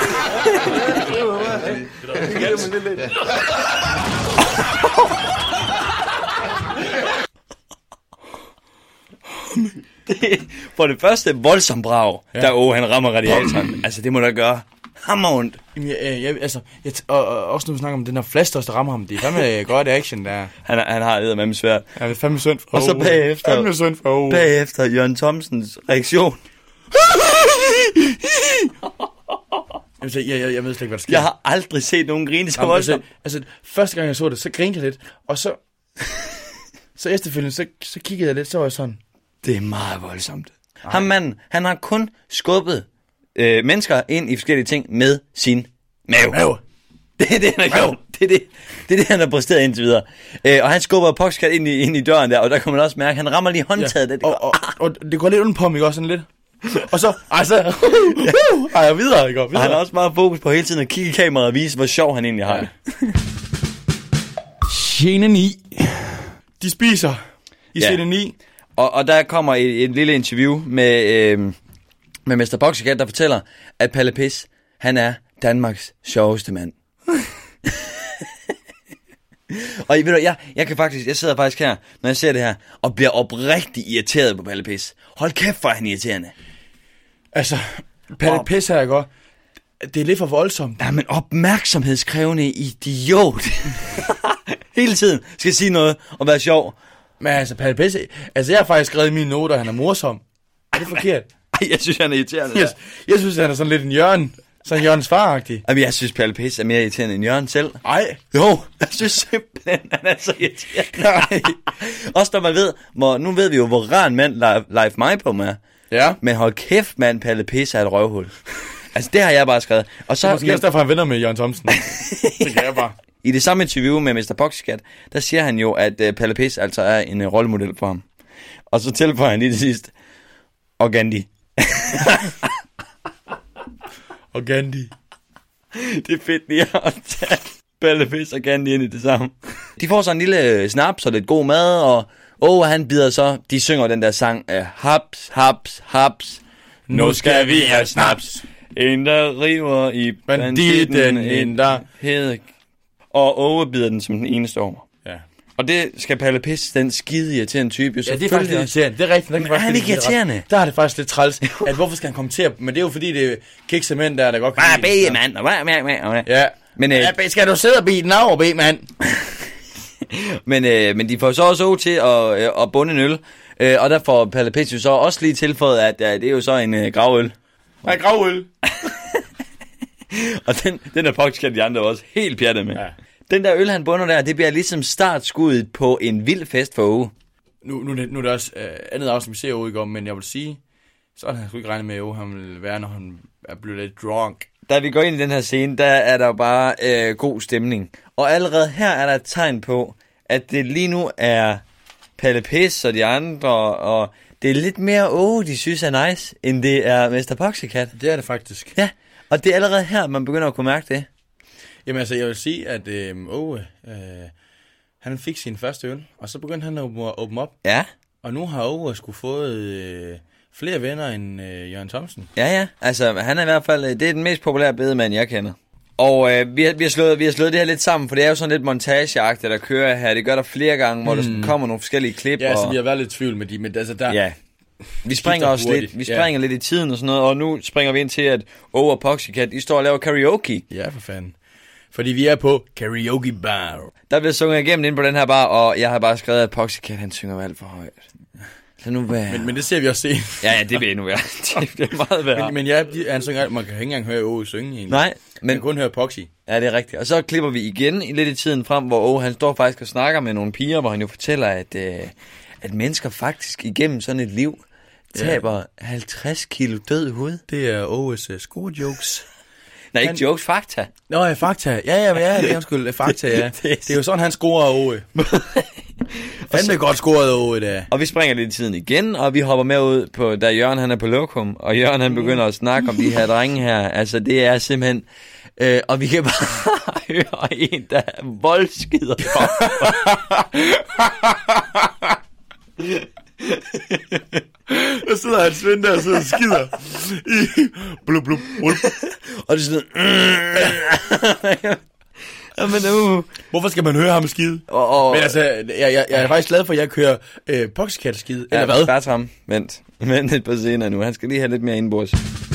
For det første voldsomt brag, der han rammer radiatoren. Altså, det må der gøre hammerundt. Og også når vi snakker om den her flaster, der rammer ham. Det er fandme godt action, der. Han har eddermame svært. Ja, det er fandme synd for og så bagefter Jørgen Thomsens reaktion. Jeg ved slet ikke, hvad der sker. Jeg har aldrig set nogen grine så voldsomt. Altså, første gang jeg så det, så grinede jeg lidt. Og så efterfølgende, så kiggede jeg lidt, så var jeg sådan. Det er meget voldsomt. Ham manden, han har kun skubbet mennesker ind i forskellige ting med sin mave. Det er det, han har gjort. Det er det, han har præsteret indtil videre. Og han skubber Poxcat ind i døren der, og der kan man også mærke, han rammer lige håndtaget. Ja. Og det går lidt under på mig, også sådan lidt. Og så, jeg videre, jeg går videre. Og han har også meget fokus på hele tiden at kigge i kameraet og vise, hvor sjov han egentlig har det. Scene 9. De spiser i scene 9. Og der kommer et lille interview med Mr. Poxcat, der fortæller, at Palle Pes, han er Danmarks sjoveste mand. Og ved du, jeg sidder faktisk her, når jeg ser det her, og bliver oprigtig irriteret på Palle Pes. Hold kæft, hvor er han irriterende. Altså, Palle Pes her, ikke? Det er lidt for voldsomt. Ja, men opmærksomhedskrævende idiot. Hele tiden skal sige noget og være sjov. Men altså, Palle Pes, jeg har faktisk skrevet i mine noter, at han er morsom. Er det forkert? Jeg synes, han er irriterende. Jeg synes, han er sådan lidt en Jørgen. Sådan Jørgens far-agtig. Jamen, jeg synes, Palle Pes er mere irriterende end Jørgen selv. Nej. Jo, jeg synes simpelthen, han er så irriterende. Også når man ved, nu ved vi jo, hvor rar en mand Leif Majboen er. Ja. Men hold kæft, mand, Palle Pes er et røvhul. Altså, det har jeg bare skrevet. Og så, det er måske også derfor, han venner med Jørgen Thomsen. Det kan jeg bare. I det samme interview med Mr. Poxcat, der siger han jo, at Palle Pes altså er en rollemodel for ham. Og så tilføjer han lige til sidst, og Gandhi. og Gandhi. Det er fedt lige at tage Palle-Pis og Gandhi ind i det samme. De får så en lille snaps og lidt god mad, og han bider så, de synger den der sang, haps, haps, haps, nu skal vi have snaps. En der river i banditten, en der hedder... Og Åge bider den som den eneste over. Ja. Og det skal Palle-Pis, den skide irriterende type. Ja, det er faktisk irriterende. Det er rigtigt. Men er han ikke irriterende? Der er det faktisk lidt træls, at hvorfor skal han kommentere? Men det er jo fordi, det er kiksemænd, der godt kan lide. Mand. Ja. Men skal du sidde og bide den over, B-mand? men de får så også til at bunde en øl. Og der får Palle-Pis jo så også lige tilføjet, at det er jo så en gravøl. Ja, gravøl. Og den der podcast kan de andre også helt pjattet med. Ja. Den der øl, han bunder der, det bliver ligesom startskuddet på en vild fest for Åge. Nu er det også andet afsnit, vi ser Åge i går, men jeg vil sige, så har han sgu ikke regnet med, at Åge han vil være, når han er blevet lidt drunk. Da vi går ind i den her scene, der er der bare god stemning. Og allerede her er der et tegn på, at det lige nu er Palle-Pis og de andre, og det er lidt mere Åge, de synes er nice, end det er Mr. Poxycat. Det er det faktisk. Ja, og det er allerede her, man begynder at kunne mærke det. Jamen altså, jeg vil sige, at Åge, han fik sin første øl, og så begyndte han at åbne op. Ja. Og nu har Åge sgu fået flere venner end Jørgen Thomsen. Ja, altså han er i hvert fald, det er den mest populære bedemand, jeg kender. Og vi har slået det her lidt sammen, for det er jo sådan lidt montageagtigt, der kører her. Det gør der flere gange, hvor der sådan kommer nogle forskellige klip. Ja, så vi har været lidt i tvivl med de, men altså der... Ja. Vi springer også lidt. Vi springer lidt i tiden og sådan noget, og nu springer vi ind til, at Åge og Poxycat, de står og laver karaoke. Ja, for fanden. Fordi vi er på karaoke bar. Der bliver sunget igennem ind på den her bar, og jeg har bare skrevet, at Poxycat, han synger alt for højt. Så nu men det ser vi også se. Ja, det bliver endnu værre. Det bliver meget værre. Men ja, han synger alt. Man kan ikke engang høre Åge synge egentlig. Nej. Man kan kun høre Poxy. Ja, det er rigtigt. Og så klipper vi igen lidt i tiden frem, hvor Åge, han står faktisk og snakker med nogle piger, hvor han jo fortæller, at mennesker faktisk igennem sådan et liv taber 50 kilo død hud. Det er Åges score-jokes. Nej, ikke jokes, fakta. Nå, ja, fakta. Ja, det er undskyld, fakta, ja. Det er jo sådan, han scorer Åge. Fandme godt scoret Åge i dag. Og vi springer lidt i tiden igen, og vi hopper med ud på, da Jørgen han er på lokum, og Jørgen han begynder at snakke om de her drenge her. Altså, det er simpelthen... og vi kan bare høre en, der voldskider for. Der sidder hans ven der og sidder og skider i blub, blub, blub. Og det er sådan Jamen, hvorfor skal man høre ham skide? Men altså, jeg er faktisk glad for, at jeg kører Poxycat skide. Eller hvad? Bertram, vent et par scener nu. Han skal lige have lidt mere indbords.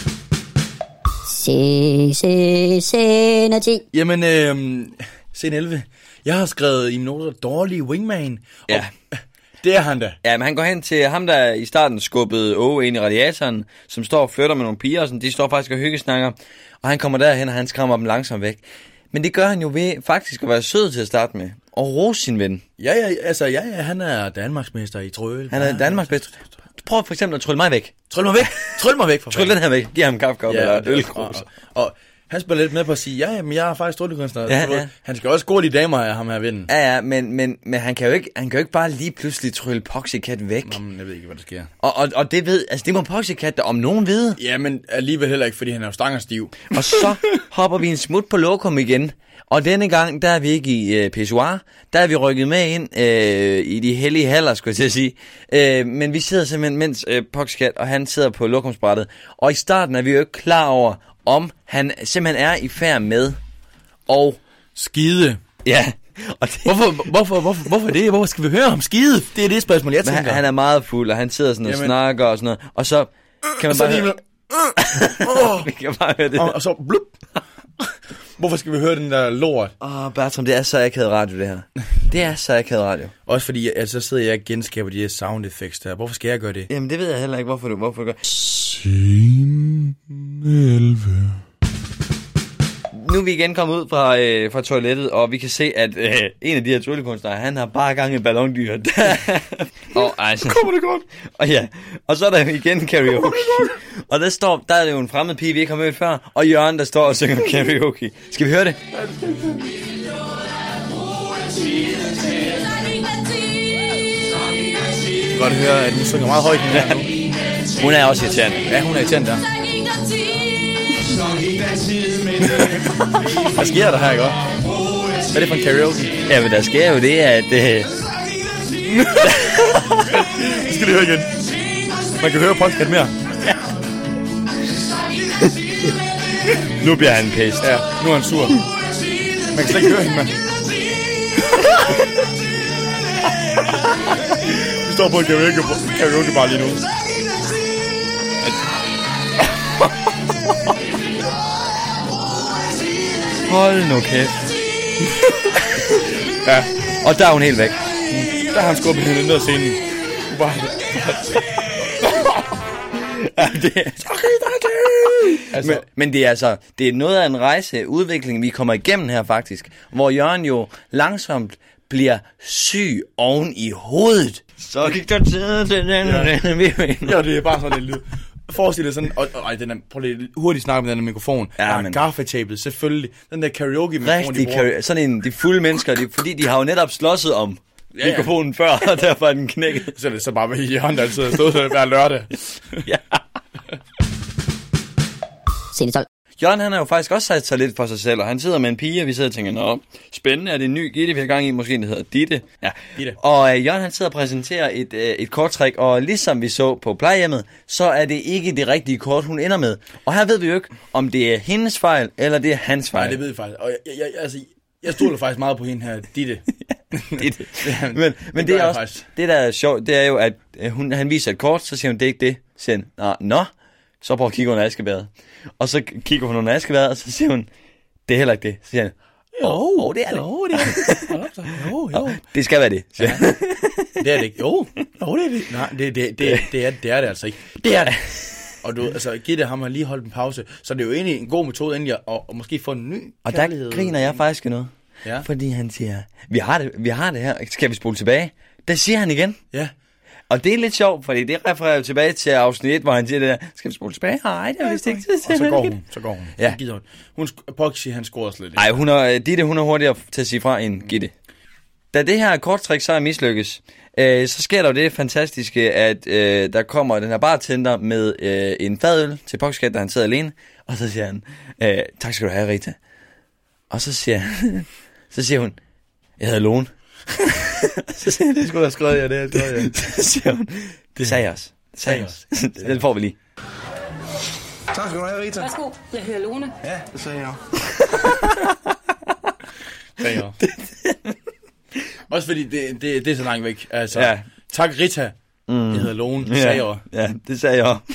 Scene 10. Jamen, scene 11. Jeg har skrevet i noter dårlig wingman. Ja. Det er han da. Ja, men han går hen til ham, der i starten skubbede Åge ind i radiatoren, som står og flytter med nogle piger, og sådan, de står faktisk og hyggesnakker, og han kommer derhen, og han skræmmer dem langsomt væk. Men det gør han jo ved faktisk at være sød til at starte med, og rose sin ven. Ja, han er Danmarksmester i trylle. Han er Danmarksmester. Prøv for eksempel at trylle mig væk. Trylle mig væk. Trylle den her væk. Giv ham en kaffekop eller ølkrus. Og han spiller lidt med på at sige, men jeg er faktisk tryllekunstner. Ja. Han skal også score de damer af ham her vinden. Ja, men han kan jo ikke bare lige pludselig trylle Poxycat væk. Nå, men jeg ved ikke, hvad der sker. Og det må Poxycat da om nogen vide. Ja, men alligevel heller ikke, fordi han er jo stangerstiv. Og så hopper vi en smut på lokum igen. Og denne gang, der er vi ikke i pissoir. Der er vi rykket med ind i de hellige haller, skulle jeg til at sige. Men vi sidder simpelthen, mens Poxycat og han sidder på lokumsbrættet. Og i starten er vi jo ikke klar over, om han simpelthen er i færd med og skide. Ja. Og det... Hvorfor det? Hvorfor skal vi høre ham skide? Det er det spørgsmål, jeg tænker. Han er meget fuld, og han sidder sådan og snakker og sådan noget. Og så kan man bare høre... Vi kan bare høre det. Og så blup. Hvorfor skal vi høre den der lort? Bertram, det er så akavet radio, det her. Det er så akavet radio. Også fordi, så sidder jeg og genskaber de her sound effects der. Hvorfor skal jeg gøre det? Jamen, det ved jeg heller ikke, hvorfor du gør. Scene 11. Nu er vi igen kommet ud fra toilettet, og vi kan se, at en af de her tryllekunstnere, han har bare gang i ballondyr. Altså. Kommer det godt? Og ja, og så er der igen karaoke. Og der er jo en fremmed pige, vi ikke har mødt før, og Jørgen, der står og synger karaoke. Skal vi høre det? Jeg kan godt høre, at hun synger meget højt den her nu. Hun er også irriterende. Ja, hun er irriterende der. Hvad sker der her, ikke? Hvad er det for en karaoke? Ja, men der sker jo det, at... Nu skal det høre igen. Man kan høre podcast mere. Nu bliver han pæst. Ja, nu er han sur. Man kan slet ikke høre hende, mand. Vi står på en karaoke bare lige nu. Hold nu kæft. Ja. Og der er hun helt væk. Der har han skubbet hende ned ad scenen. Ja, altså. Men det er altså, det er noget af en rejseudvikling, vi kommer igennem her faktisk, hvor Jørgen jo langsomt bliver syg oven i hovedet. Så gik der tid til den. Ja, det er bare sådan en lyd. Forestil dig sådan, den er, prøv lige hurtigt snakke med den her mikrofon. Ja, men gaffetapet, selvfølgelig. Den der karaoke-mikrofon, de bruger. Sådan en, de fulde mennesker, fordi de har jo netop slåsset om mikrofonen før, og derfor er den knækket. Så er det så bare ved Jørgen, der altid har stået der hver lørdag. Ja. Jørgen, han har jo faktisk også sat sig lidt for sig selv, og han sidder med en pige, og vi sidder og tænker, nå, spændende, er det en ny Gitte, vi har gang i, måske det hedder Ditte. Ja. Ditte. Og Jørgen, han sidder og præsenterer et korttræk, og ligesom vi så på plejehjemmet, så er det ikke det rigtige kort, hun ender med. Og her ved vi jo ikke, om det er hendes fejl, eller det er hans fejl. Nej, det ved vi faktisk. Og jeg stoler faktisk meget på hende her, Ditte. Ditte. Men det er også, det der er sjovt, det er jo, at han viser et kort, så siger hun, det er ikke det. Så siger han, nå. Så prøver at kigge under askebæret. Og så kigger hun under askebæret, og så siger hun, det er heller ikke det. Så siger han, det er det. Jo. Det skal være det. Ja. Det er det ikke. Jo, det er det. Nej, det er det altså ikke. Det er det. Og du, altså, Gitte har man lige holdt en pause, så det er jo egentlig en god metode endelig at måske få en ny kærlighed. Og der griner jeg faktisk noget. Ja. Fordi han siger, vi har det her, skal vi spole tilbage? Der siger han igen. Ja. Og det er lidt sjovt, fordi det refererer jo tilbage til afsnit 1, hvor han siger det der, skal vi spole tilbage? Nej, det er vist ikke. Og så går hun. Ja. Poxy, han scorer slet ikke. Nej, Ditte, hun er hurtigere til at sige fra en Gitte. Da det her korttræk så er mislykkes, så sker der jo det fantastiske, at der kommer den her bartender med en fadøl til Poxy, da han sidder alene, og så siger han, tak skal du have, Rita. Og så siger hun, jeg hedder Lone. Så siger jeg, det skulle da have skrevet jer, det er jeg. Så siger hun, det sagde os. Den får vi lige. Tak skal du have, Rita. Værsgo, jeg hedder Lone. Ja, det sagde jeg. Også fordi det er så langt væk. Altså, ja. Tak Rita. Jeg hedder Lone. Det sagde jeg. Ja, det sagde jeg.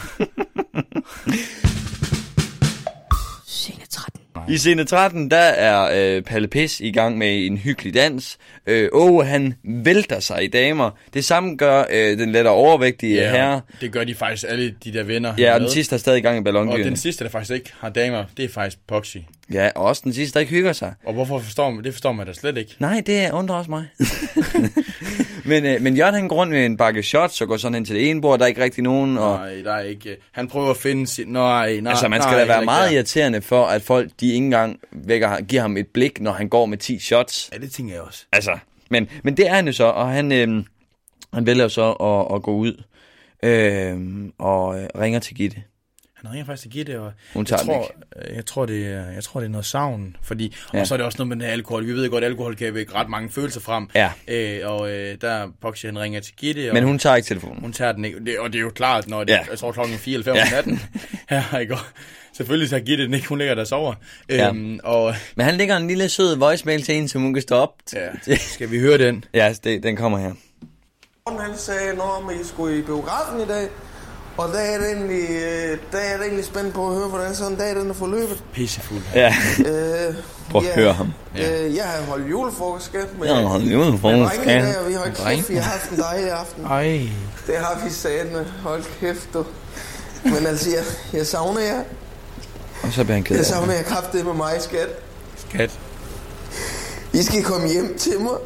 I scene 13, der er Palle Pis i gang med en hyggelig dans. Han vælter sig i damer. Det samme gør den lettere overvægtige herre. Det gør de faktisk alle de der venner. Ja, og den sidste er stadig i gang i ballondyrene. Og den sidste, der faktisk ikke har damer, det er faktisk Poxy. Ja, og også den sidste, der ikke hygger sig. Og hvorfor forstår man? Det forstår man da slet ikke. Nej, det undrer også mig. men Jørgen, han går rundt med en bakke shots og går sådan hen til det ene bord, der er ikke rigtig nogen. Og... Nej, der er ikke. Han prøver at finde sit... Nej. Altså, man skal da være meget irriterende for, at folk, de ikke engang giver ham et blik, når han går med 10 shots. Ja, det tænker jeg også. Altså, men det er han jo så, og han vælger jo så at gå ud og ringer til Gitte. Han ringer faktisk til Gitte, og jeg tror, det er noget savn, fordi og så er det også noget med den her alkohol. Vi ved godt, at alkohol kan vække ret mange følelser frem. Ja. Der Poxy, han ringer til Gitte. Men hun tager ikke telefonen. Hun tager den ikke, og det er jo klart, når det jeg tror klokken 4 eller 5 om natten. Her ikke. Selvfølgelig tager Gitte den ikke, hun ligger der og sover. Men han lægger en lille sød voicemail til hende, som hun kan stå op. Ja. Skal vi høre den? Ja, den kommer her. Han sagde noget om, at I skulle i biografen i dag. Og der er det egentlig spændt på at høre, hvordan sådan en dag den er forløbet. Pissefuld. Ja. Prøv at høre ham. Jeg har holdt julefrokost med drengene i dag, og vi har ikke kæft, vi har haft en dejlig aften. Det har vi sagt med. Hold kæft, du. Men altså, jeg savner jer. Og så bliver han ked af det. Jeg savner jer kraft det med mig, skat. Skat. I skal komme hjem til mig.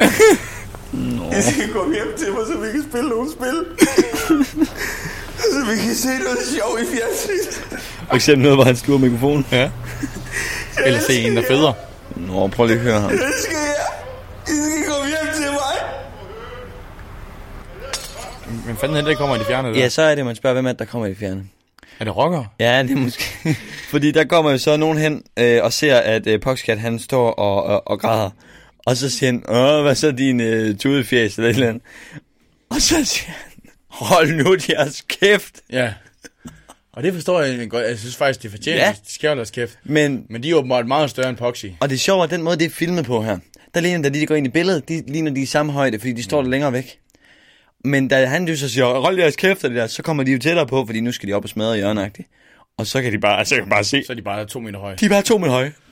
I skal komme hjem til mig, så vi kan spille nogle spil. Så vi kan se noget sjov i fjernsynet. For eksempel noget, hvor han sluger mikrofonen. Ja. Eller se en, der føder. Nå, prøv lige at høre ham. Det skal jeg. I skal komme hjem til mig. Men fanden er det, der kommer i det fjerne? Der? Ja, så er det, man spørger, hvem er det, der kommer i det fjerne. Er det rocker? Ja, det er måske. Fordi der kommer jo så nogen hen og ser, at Poxycat han står og græder. Og så siger han, hvad så din tudefjæs eller et eller andet. Og så siger han, hold nu jeres kæft. Ja. Og det forstår jeg godt. Jeg synes faktisk, det fortjener, de skal jo deres kæft. Men de er åbenbart meget større end Poxy. Og det er sjovt, at den måde, det er filmet på her. Der ligner, da de går ind i billedet, de ligner de i samme højde, fordi de står der længere væk. Men da han jo så siger, hold jeres kæft, der, så kommer de jo tættere på, fordi nu skal de op og smadre hjørneagtigt. Og så kan de bare, se. Så er de bare 2 meter høje. De er bare 2 meter høje.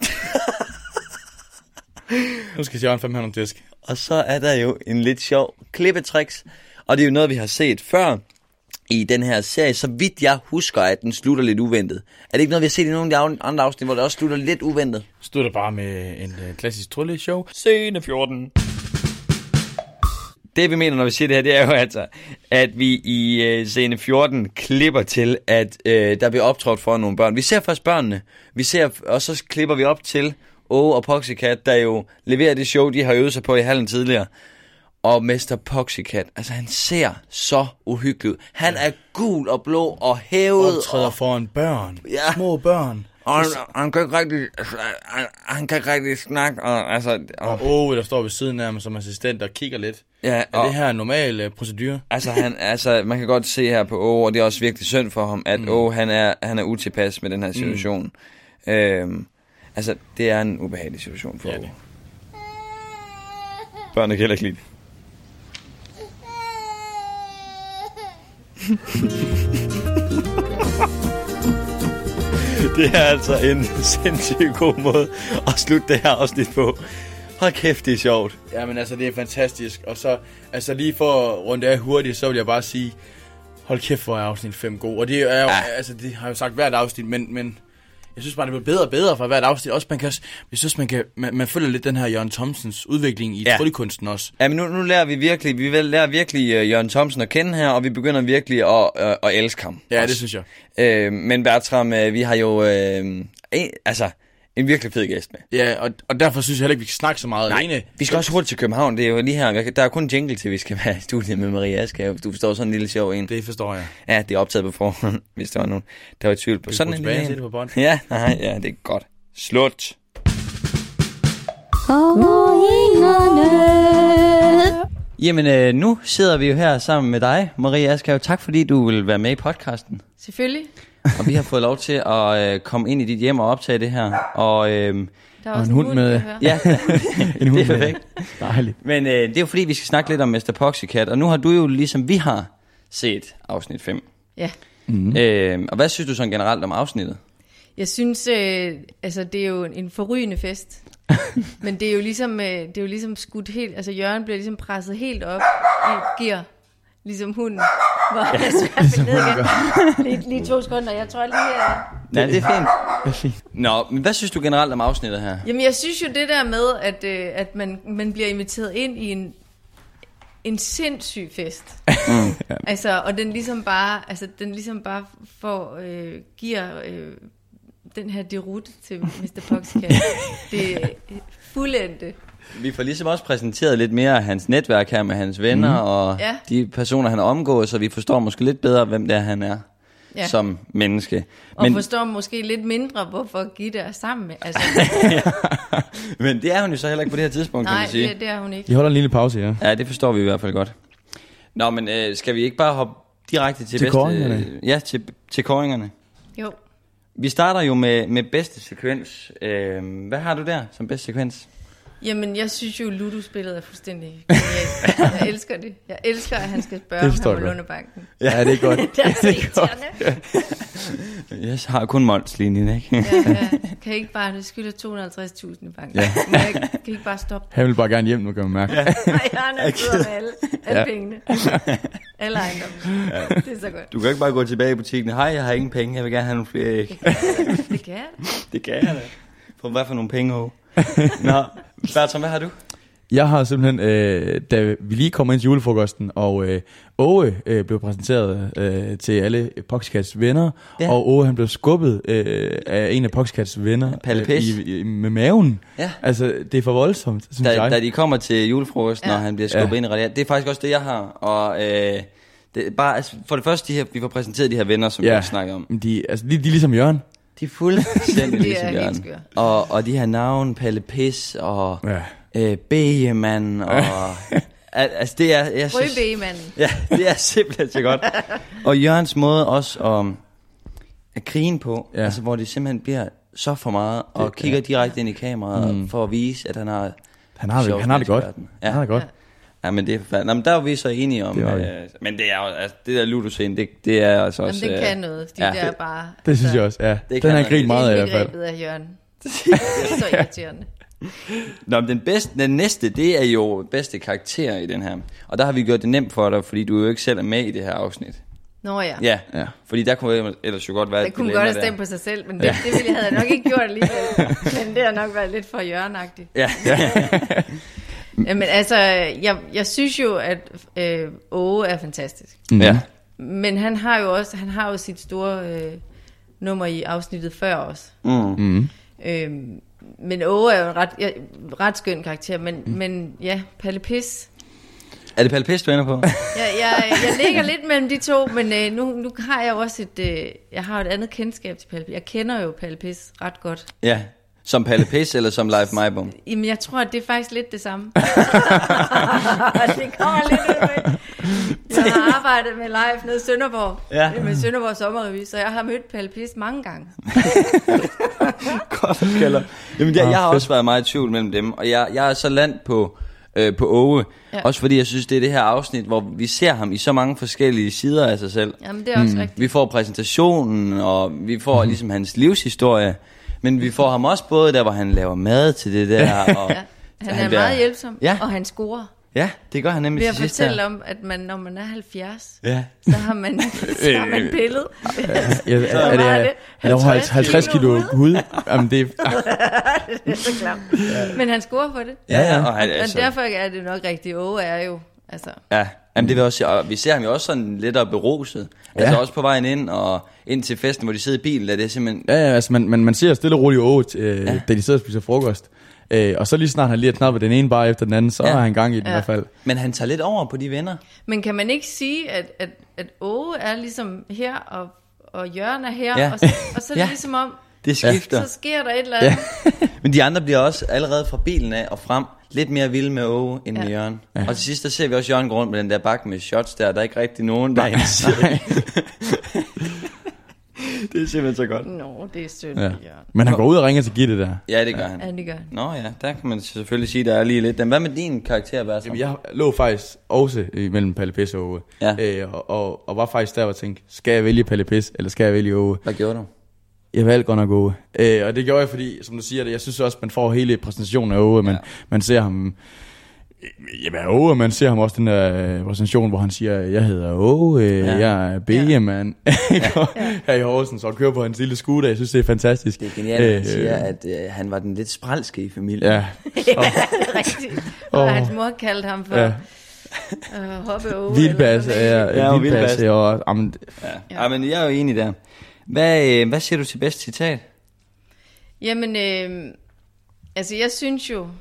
Nu skal Jørgen 500 disk. Og så er der jo en lidt sjov klippetricks. Og det er jo noget, vi har set før i den her serie. Så vidt jeg husker, at den slutter lidt uventet. Er det ikke noget, vi har set i nogle af de andre afsnit, hvor det også slutter lidt uventet? Slutter bare med en klassisk trylle-show. Scene 14. Det vi mener, når vi siger det her, det er jo altså, at vi i scene 14 klipper til, at der bliver optrådt for nogle børn. Vi ser først børnene, og så klipper vi op til Åge og Poxycat, der jo leverer det show, de har øvet sig på i hallen tidligere. Og Mr. Poxycat, altså han ser så uhyggelig ud. Han er gul og blå og hævet. Optræder foran børn. Ja. Små børn. Og han kan ikke rigtig, han kan ikke rigtig snakke. Og Åge, der står ved siden af ham som assistent og kigger lidt. Ja, er det her en normal procedure? Altså, man kan godt se her på Åge, og det er også virkelig synd for ham, at Åge, han er utilpas med den her situation. Altså, det er en ubehagelig situation for Åge. Børnene kan heller ikke lide det. Det er altså en sindssygt god måde at slutte det her afsnit på. Hold kæft, det er sjovt. Ja, men altså, det er fantastisk. Og så, altså lige for at runde af hurtigt, så vil jeg bare sige, hold kæft, hvor er afsnit 5 god. Og det er jo, altså, det har jeg jo sagt hvert afsnit, men jeg synes bare, det bliver bedre og bedre for hvert afsnit. Også jeg synes, man følger lidt den her Jørgen Thomsens udvikling i tryllekunsten også. Ja, men nu lærer vi lærer virkelig Jørgen Thomsen at kende her, og vi begynder virkelig at elske ham. Ja, også. Det synes jeg. Men Bertram, vi har jo en virkelig fed gæst med. Ja, og derfor synes jeg heller ikke, vi kan snakke så meget alene. Vi skal også hurtigt til København. Det er jo lige her. Der er kun jingle til, vi skal være i studiet med Marie Askær. Du forstår sådan en lille sjov en. Det forstår jeg. Ja, det er optaget på forhånd, hvis der var nogen, der var i tvivl på. Sådan en lille det på bånd. Ja, det er godt. Slut. Jamen, nu sidder vi jo her sammen med dig, Marie Askær. Tak fordi du vil være med i podcasten. Selvfølgelig. Og vi har fået lov til at komme ind i dit hjem og optage det her. Og der er også en hund med. Ja, en hund det er perfekt. Dejligt. Men det er jo fordi, vi skal snakke lidt om Mr. Poxycat. Og nu har du jo, ligesom vi har, set afsnit 5. Ja. Og hvad synes du sådan generelt om afsnittet? Jeg synes, altså det er jo en forrygende fest. Men det er jo ligesom skudt helt, altså Jørgen bliver ligesom presset helt op i gear, ligesom hunden. Hvor lige 2 sekunder, jeg tror lige... Ja, det er fint. Nå, men hvad synes du generelt om afsnittet her? Jamen jeg synes jo det der med, at man bliver inviteret ind i en sindssyg fest. Altså, og den ligesom bare giver den her derut til Mr. Poxycat. Det er fuldendte. Vi får ligesom også præsenteret lidt mere af hans netværk her med hans venner og de personer, han omgår, så vi forstår måske lidt bedre, hvem det er, han er som menneske. Og forstår måske lidt mindre, hvorfor Gitte er sammen med. Altså. Men det er hun jo så heller ikke på det her tidspunkt, kan man sige. Nej, det er hun ikke. Vi holder en lille pause, ja. Ja, det forstår vi i hvert fald godt. Nå, men skal vi ikke bare hoppe direkte til kåringerne? Ja, til kåringerne. Jo. Vi starter jo med bedste sekvens. Hvad har du der som bedste sekvens? Jamen, jeg synes jo, Ludo-spillet er fuldstændig genialt. Jeg elsker det. Jeg elsker, at han skal spørge om ham på Lundebanken. Ja, det er godt. Det er så irriterende. Jeg har kun Mols-linjen, ikke? Ja. Kan I ikke bare, det skylder 250.000 i banken. Ja. Kan I ikke bare stoppe? Han vil bare gerne hjem, nu kan man mærke. Nej, han er sidder med alle pengene. Alle ejendomme. Ja. Det er så godt. Du kan ikke bare gå tilbage i butikken. Hej, jeg har ingen penge. Jeg vil gerne have nogle flere æg. Det kan jeg. Det kan jeg da. For hvad for nogle penge, Åge? Nå, Bertram, hvad har du? Jeg har simpelthen, da vi lige kom ind til julefrokosten, og Åge blev præsenteret til alle Poxycats venner, og Åge han blev skubbet af en af Poxycats venner med maven. Ja. Altså, det er for voldsomt, synes jeg. Da de kommer til julefrokosten, og han bliver skubbet ind i radiator. Det er faktisk også det, jeg har, og Det er bare, altså, for det første, vi får præsenteret de her venner, som vi snakker om. De er ligesom Jørgen. De er fuldstændig ligesom er Jørgen. Og de her navne, Palle Pis og Bejemand og... altså det er... Rødbejemanden. Ja, det er simpelthen så godt. Og Jørgens måde også at grine på, altså hvor det simpelthen bliver så for meget, og kigger direkte ind i kameraet for at vise, at han har det godt. Han har det godt. Ja, men det er forfærdeligt. Men der er vi så enige om. Men det er jo, altså, det der Ludo-scene, det er altså også... Jamen, det kan noget. De der bare... Det synes jeg også, ja. Den har grint meget af i hvert fald. Det er af Jørgen. Det er så irriterende. Nå, men den næste, det er jo bedste karakter i den her. Og der har vi gjort det nemt for dig, fordi du jo ikke selv er med i det her afsnit. Nå ja. Ja, fordi der kunne ellers jo godt være... Det kunne godt have stemt på sig selv, men det havde jeg nok ikke gjort alligevel. Men det har nok været lidt for Jørgen-agtigt. Ja. Men altså, jeg synes jo, at Åge er fantastisk. Ja. Men han har jo sit store nummer i afsnittet før også. Men Åge er jo en ret skøn karakter, men ja, Palle Pis. Er det Palle Pis, du ender på? Jeg ligger lidt mellem de to, men nu har jeg jo også jeg har et andet kendskab til Palle Pis. Jeg kender jo Palle Pis ret godt. Ja, som Palle Pis eller som Leif Meibom? Jamen, jeg tror, at det er faktisk lidt det samme. Det kommer lidt ud af. Jeg har arbejdet med Leif nede i Sønderborg, med Sønderborg Sommerrevy, så jeg har mødt Palle Pis mange gange. Godt, Keller. Jamen, jeg har også været meget i tvivl mellem dem, og jeg er så landt på Åge, også fordi jeg synes, det er det her afsnit, hvor vi ser ham i så mange forskellige sider af sig selv. Jamen, det er også rigtigt. Vi får præsentationen, og vi får ligesom hans livshistorie, men vi får ham også både der, hvor han laver mad til det der. Og han er meget hjælpsom, og han scorer. Ja, det gør han nemlig til sidst. Ved at fortælle om, at når man er 70, så har man pillet. Han har 50 kilo hud. Jamen, det er så klamt. Men han scorer på det. Og derfor er det nok rigtigt. Åge er jo... Altså. Ja, jamen det vil også, og vi ser ham jo også sådan lidt og beruset. Altså også på vejen ind og ind til festen, hvor de sidder i bilen, der det er simpelthen... Ja, altså man ser stille og roligt Åge, da de sidder og spiser frokost. Og så lige snart han lige har knappet den ene bar efter den anden, så er han gang i den i hvert fald. Men han tager lidt over på de venner. Men kan man ikke sige, at Åge er ligesom her, og Jørgen er her, og så er det ligesom om, det skifter. Så sker der et eller andet. Men de andre bliver også allerede fra bilen af og frem lidt mere vilde med Åge end med Jørgen. Og til sidst, der ser vi også Jørgen gå rundt med den der bakke med shots der. Der er ikke rigtig nogen, der Det er simpelthen så godt. Nå, det er synd, Jørgen. Men han går ud og ringer til Gitte der. Ja, det gør han. Ja, det gør han. Nå ja, der kan man selvfølgelig sige, der er lige lidt. Men hvad med din karakter, Bertram? Jamen, jeg lå faktisk også mellem Palle Pis og Åge. Og var faktisk der og tænkte, skal jeg vælge Palle Pis, eller skal jeg vælge Åge? Hvad gjorde du? Jeg valgte godt nok Åge. Og det gjorde jeg, fordi, som du siger, jeg synes også, man får hele præsentationen af Åge, man ser ham... Jamen Åge, man ser ham også den der præsentation, hvor han siger, jeg hedder Åge, jeg er B-mand. Her i Horsens, og kører på hans lille scooter. Jeg synes, det er fantastisk. Det er genialt, at han siger, at han var den lidt spralske i familien. Ja, det er rigtigt. Og hans mor kaldte ham for Hoppe Åge. Vildbas, Vildbas. Ja, men jeg er jo enig der. Hvad siger du til bedste citat? Jamen, altså jeg synes jo,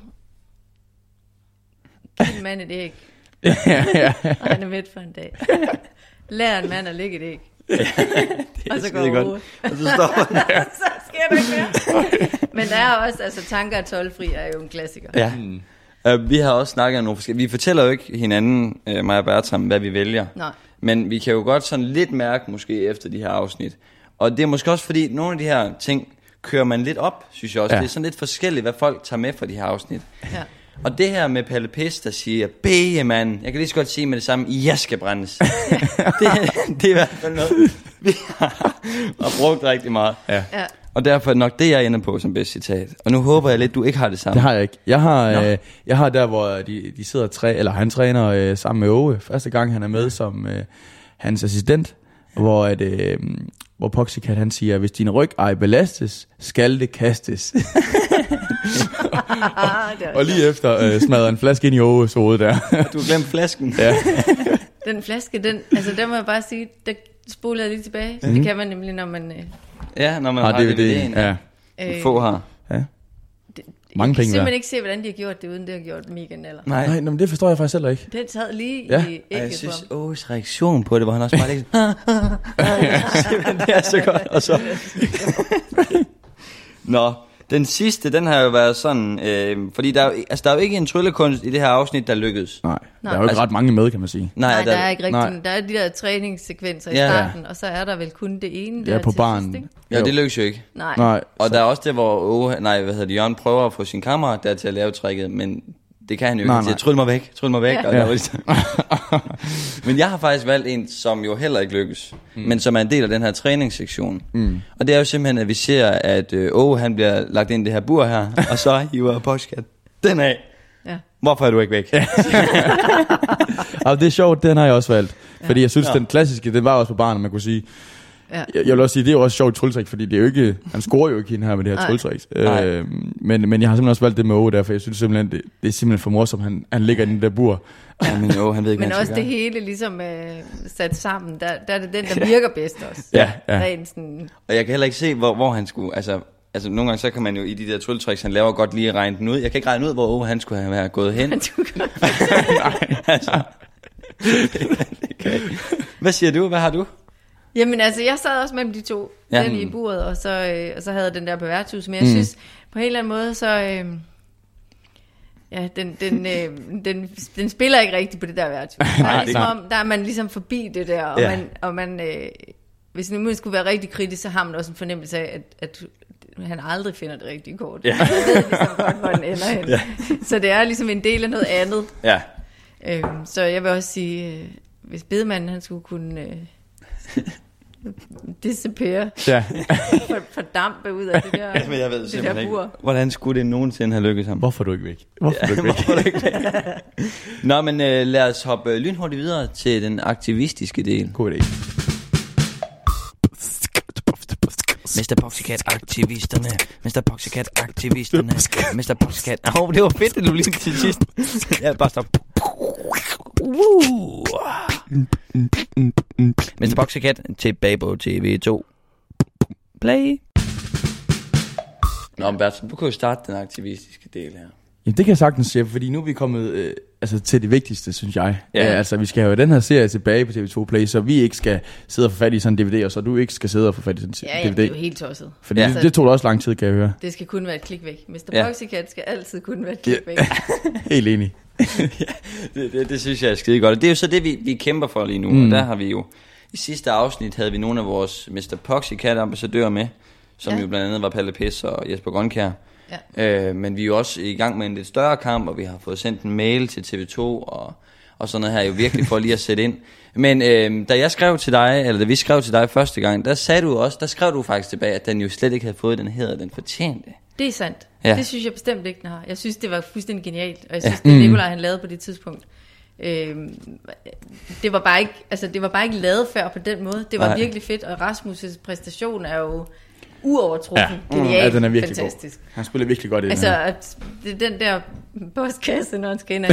giv en mand et æg, og han er midt for en dag. Lær en mand at lægge et æg. Og så går Åge. Og så stopper han. Så sker der ikke mere. Men der er også, altså tanker af tolvfri er jo en klassiker. Ja. Vi har også snakket om nogle forskellige. Vi fortæller jo ikke hinanden, mig og Bertram, hvad vi vælger. Nej. Men vi kan jo godt sådan lidt mærke måske efter de her afsnit. Og det er måske også fordi, nogle af de her ting kører man lidt op, synes jeg også. Det er sådan lidt forskelligt, hvad folk tager med fra de her afsnit. Ja. Og det her med Palle Pis, der siger, mand, jeg kan lige så godt sige med det samme, jeg skal brændes. det er i hvert fald noget, vi har brugt rigtig meget. Ja. Og derfor er nok det, jeg ender på som bedst citat. Og nu håber jeg lidt, du ikke har det samme. Det har jeg ikke. Jeg har der, hvor de sidder eller han træner sammen med Åge. Første gang, han er med som hans assistent, hvor Poxycat han siger, hvis din ryg ej belastes, skal det kastes. og lige efter smadrer en flaske ind i Åges hoved der. Du har glemt flasken. Ja. Den flaske, der må jeg bare sige, der spoler jeg lige tilbage. Det kan man nemlig, når man... når man har DVD'en. Ja. Få har. Ja. mange penge. Jeg kan simpelthen ikke se, hvordan de har gjort det, uden det har gjort Megan eller. Nej, men det forstår jeg faktisk heller ikke. Den sad lige i ægget. Jeg synes, Åges reaktion på det, hvor han også bare liksom, det er så godt. Og så... Nå, den sidste, den har jo været sådan, fordi der er jo ikke en tryllekunst i det her afsnit, der lykkedes. Nej, der er jo ikke ret mange med, kan man sige. Nej, der er ikke rigtig. Nej. Der er de der træningssekvenser i starten, og så er der vel kun det ene der på barnen. Sidst, ja, det lykkes jo ikke. Nej. Og så... der er også det, hvor Jørgen prøver at få sin kammerat der til at lave tricket, men det kan han jo ikke. Han siger, tryl mig væk. Ja. Og der ligesom... Men jeg har faktisk valgt en, som jo heller ikke lykkes, men som er en del af den her træningssektion. Og det er jo simpelthen, at vi ser, at han bliver lagt ind i det her bur her, og så hiver Poxcat den af. Ja. Hvorfor er du ikke væk? Det er sjovt, den har jeg også valgt. Fordi jeg synes, den klassiske, det var også på barnet, man kunne sige. Ja. Jeg vil også sige, det er jo også sjovt trylletrik, fordi det er jo ikke, han scorer jo ikke hende her med det her trylletrik. Men jeg har simpelthen også valgt det med Åge der, for jeg synes simpelthen, det er simpelthen for morsomt, han ligger i den der bur. Ja, men han ved ikke, men også det hele ligesom sat sammen, der er det den, der virker bedst også. Ja. Sådan... Og jeg kan heller ikke se, hvor han skulle, altså nogle gange så kan man jo i de der trylletricks, han laver godt lige regne den ud. Jeg kan ikke regne ud, hvor Åge han skulle have været gået hen. Nej, altså. Hvad siger du? Hvad har du? Jamen altså, jeg sad også mellem de to, den i buret, og så havde jeg den der på værtshus, men jeg synes, på en eller anden måde, så, den spiller ikke rigtigt på det der værtshus. Der er man ligesom forbi det der, og man hvis nu skulle være rigtig kritisk, så har man også en fornemmelse af, at han aldrig finder det rigtige kort. Ja. Jeg ved ligesom godt, hvor den ender hen. Ja. Så det er ligesom en del af noget andet. Ja. Så jeg vil også sige, hvis bedemanden han skulle kunne... disappear. Ja. Fordampe ud af det der, men jeg ved det der bur. Hvordan skulle det nogensinde have lykkes ham? Hvorfor er du ikke væk? Hvorfor er du ikke væk? Nå, men lad os hoppe lynhurtigt videre til den aktivistiske del. God idé. Mr. Poxycat-aktivisterne. Mr. Poxycat-aktivisterne. Mr. Poxycat... det var fedt, at du lige til sidst. Ja, bare stop. Mr. Poxycat tilbage på TV2. Play. Nå, Bertsen, du kan jo starte den aktivistiske del her. Jamen, det kan jeg sagtens sige, fordi nu er vi kommet til det vigtigste, synes jeg. Ja. Altså, vi skal have den her serie tilbage på TV2 Play, så vi ikke skal sidde og få fat i sådan en DVD, og så du ikke skal sidde og få fat i sådan en DVD. Ja, det er jo helt tosset. Fordi det tog da også lang tid, kan jeg høre. Det skal kun være et klik væk. Mr. Poxycat skal altid kun være et klik væk. Helt enig. det synes jeg er skide godt. Og det er jo så det, vi kæmper for lige nu. Og der har vi jo, i sidste afsnit havde vi nogle af vores Mr. Poxycat-ambassadører med, som jo blandt andet var Palle Piss og Jesper Grønkjær. Ja. Men vi er jo også i gang med en lidt større kamp, og vi har fået sendt en mail til TV2 og sådan noget her, jo virkelig for lige at sætte ind. Men da vi skrev til dig første gang, der skrev du faktisk tilbage, at den jo slet ikke havde fået den hæder, den fortjente. Det er sandt. Ja. Det synes jeg bestemt ikke, den har. Jeg synes, det var fuldstændig genialt, og jeg synes, det Nikolaj han lavede på det tidspunkt. Det var bare ikke lavet før på den måde. Det var virkelig fedt, og Rasmus' præstation er jo uovertruffen. Genial, den er virkelig fantastisk. God. Han spiller virkelig godt i altså, det er den der postkasse, når han skal ind.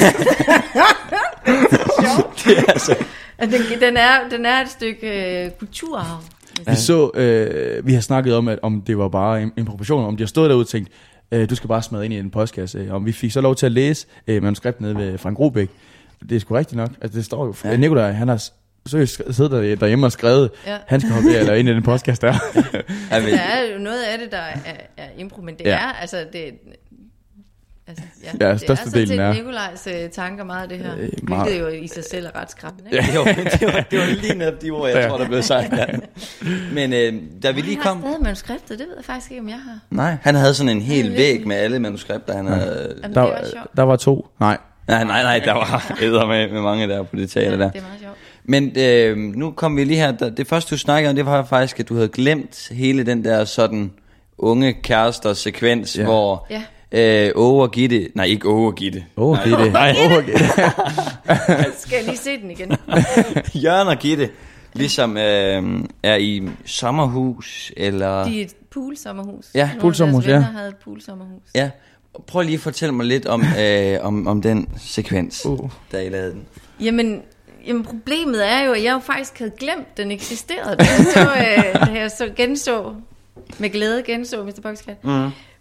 Det er altså... Den er et stykke kulturarv. Vi har snakket om det var bare en proportion, om de har stået derude og tænkt, du skal bare smadre ind i en postkasse. Om vi fik så lov til at læse manuskript nede ved Frank Robæk. Det er sgu rigtigt nok. Altså, det står jo. Nikolaj, han har siddet derhjemme og skrevet, han skal hoppe eller ind i den postkasse der. Der er jo noget af det, der er impro, men det er, altså det... Altså, det er sådan set Nikolajs tanker meget af det her, hvilket jo i sig selv er ret skræmmende. Det var lige netop de ord, jeg tror, der blev sagt. Ja. Men da vi lige kom... Han har stadig manuskriptet, det ved jeg faktisk ikke, om jeg har. Nej, han havde sådan en hel væg med alle manuskripter, han havde... Der var 2. Nej, der var æder med mange der på det teater der. Det er meget Men sjovt. nu kom vi lige her, det første du snakkede om, det var faktisk, at du havde glemt hele den der sådan unge kærester sekvens, hvor... Ja. Åge og Gitte. Nej, ikke Åge og Gitte. Åge og Gitte. Nej, Åge og Gitte. Skal jeg lige se den igen? Jørgen og Gitte ligesom er i sommerhus, eller... De er et poolsommerhus. Ja, poolsommerhus, ja. Nogle havde et poolsommerhus. Ja, prøv lige at fortælle mig lidt om den sekvens, da I lavede den. Jamen, problemet er jo, at jeg jo faktisk havde glemt, den eksisterede. Da jeg så med glæde genså Mr. Poxycat.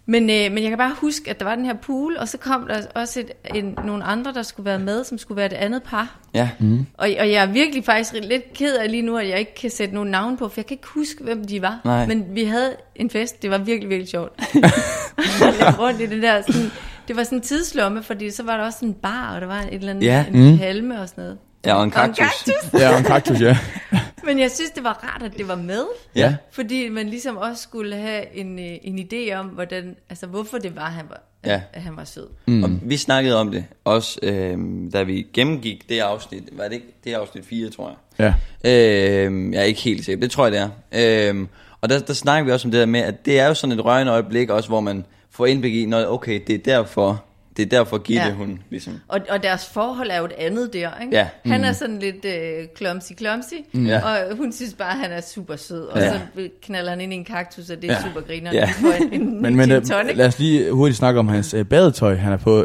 Men jeg kan bare huske, at der var den her pool, og så kom der også nogle andre, der skulle være med, som skulle være det andet par. Ja. Og jeg er virkelig faktisk lidt ked af lige nu, at jeg ikke kan sætte nogen navn på, for jeg kan ikke huske, hvem de var. Nej. Men vi havde en fest, det var virkelig, virkelig sjovt. Jeg løb rundt i det der, sådan, det var sådan en tidslomme, fordi så var der også sådan en bar, og der var et eller andet en palme og sådan noget. Ja, og en kaktus. Ja, og en kaktus, ja. Men jeg synes, det var rart, at det var med. Ja. Fordi man ligesom også skulle have en idé om, hvorfor det var, at han var sød. Og vi snakkede om det også, da vi gennemgik det afsnit. Var det ikke det afsnit 4, tror jeg? Ja. Jeg er ikke helt sikker. Det tror jeg, det er. Og der snakker vi også om det der med, at det er jo sådan et rørende øjeblik også, hvor man får indblik i noget, okay, det er derfor Gitte, hun ligesom... Og deres forhold er jo et andet der, ikke? Ja. Han er sådan lidt clumsy, og hun synes bare, at han er super sød, og så knalder han ind i en kaktus, og det er super griner. Ja. Men lad os lige hurtigt snakke om hans badetøj, han er på.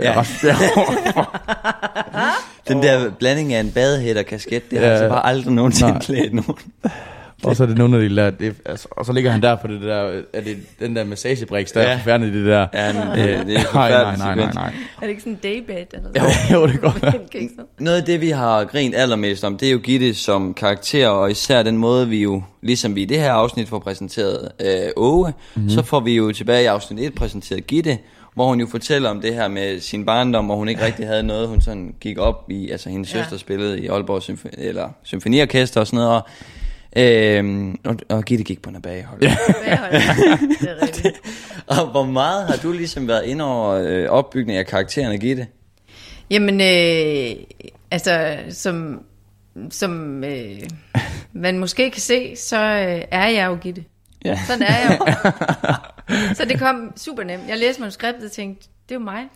Den der blanding af en badehæt og kasket, det har altså bare aldrig nogensinde klædt nogen. Og så er det nogen af de der, og så ligger han der på det der, er det den der massagebriks, der er forfærdeligt det der. Ja, det er forfærdeligt. Nej. Er det ikke sådan en daybed eller sådan? Jo, det går. Noget af det, vi har grint allermest om, det er jo Gitte som karakter, og især den måde, vi jo, ligesom vi i det her afsnit får præsenteret Åge, så får vi jo tilbage i afsnit 1 præsenteret Gitte, hvor hun jo fortæller om det her med sin barndom, hvor hun ikke rigtig havde noget, hun sådan gik op i, altså hendes søster spillede i Aalborg Symfoniorkester og sådan noget, og Gitte gik på Nabagehold. Det er rigtigt. Og hvor meget har du ligesom været inde over opbygning af karakteren af Gitte? Jamen, som man måske kan se, så er jeg jo Gitte. Ja. Sådan er jeg jo. Så det kom super nemt. Jeg læste manuskriptet og tænkte, det er jo mig.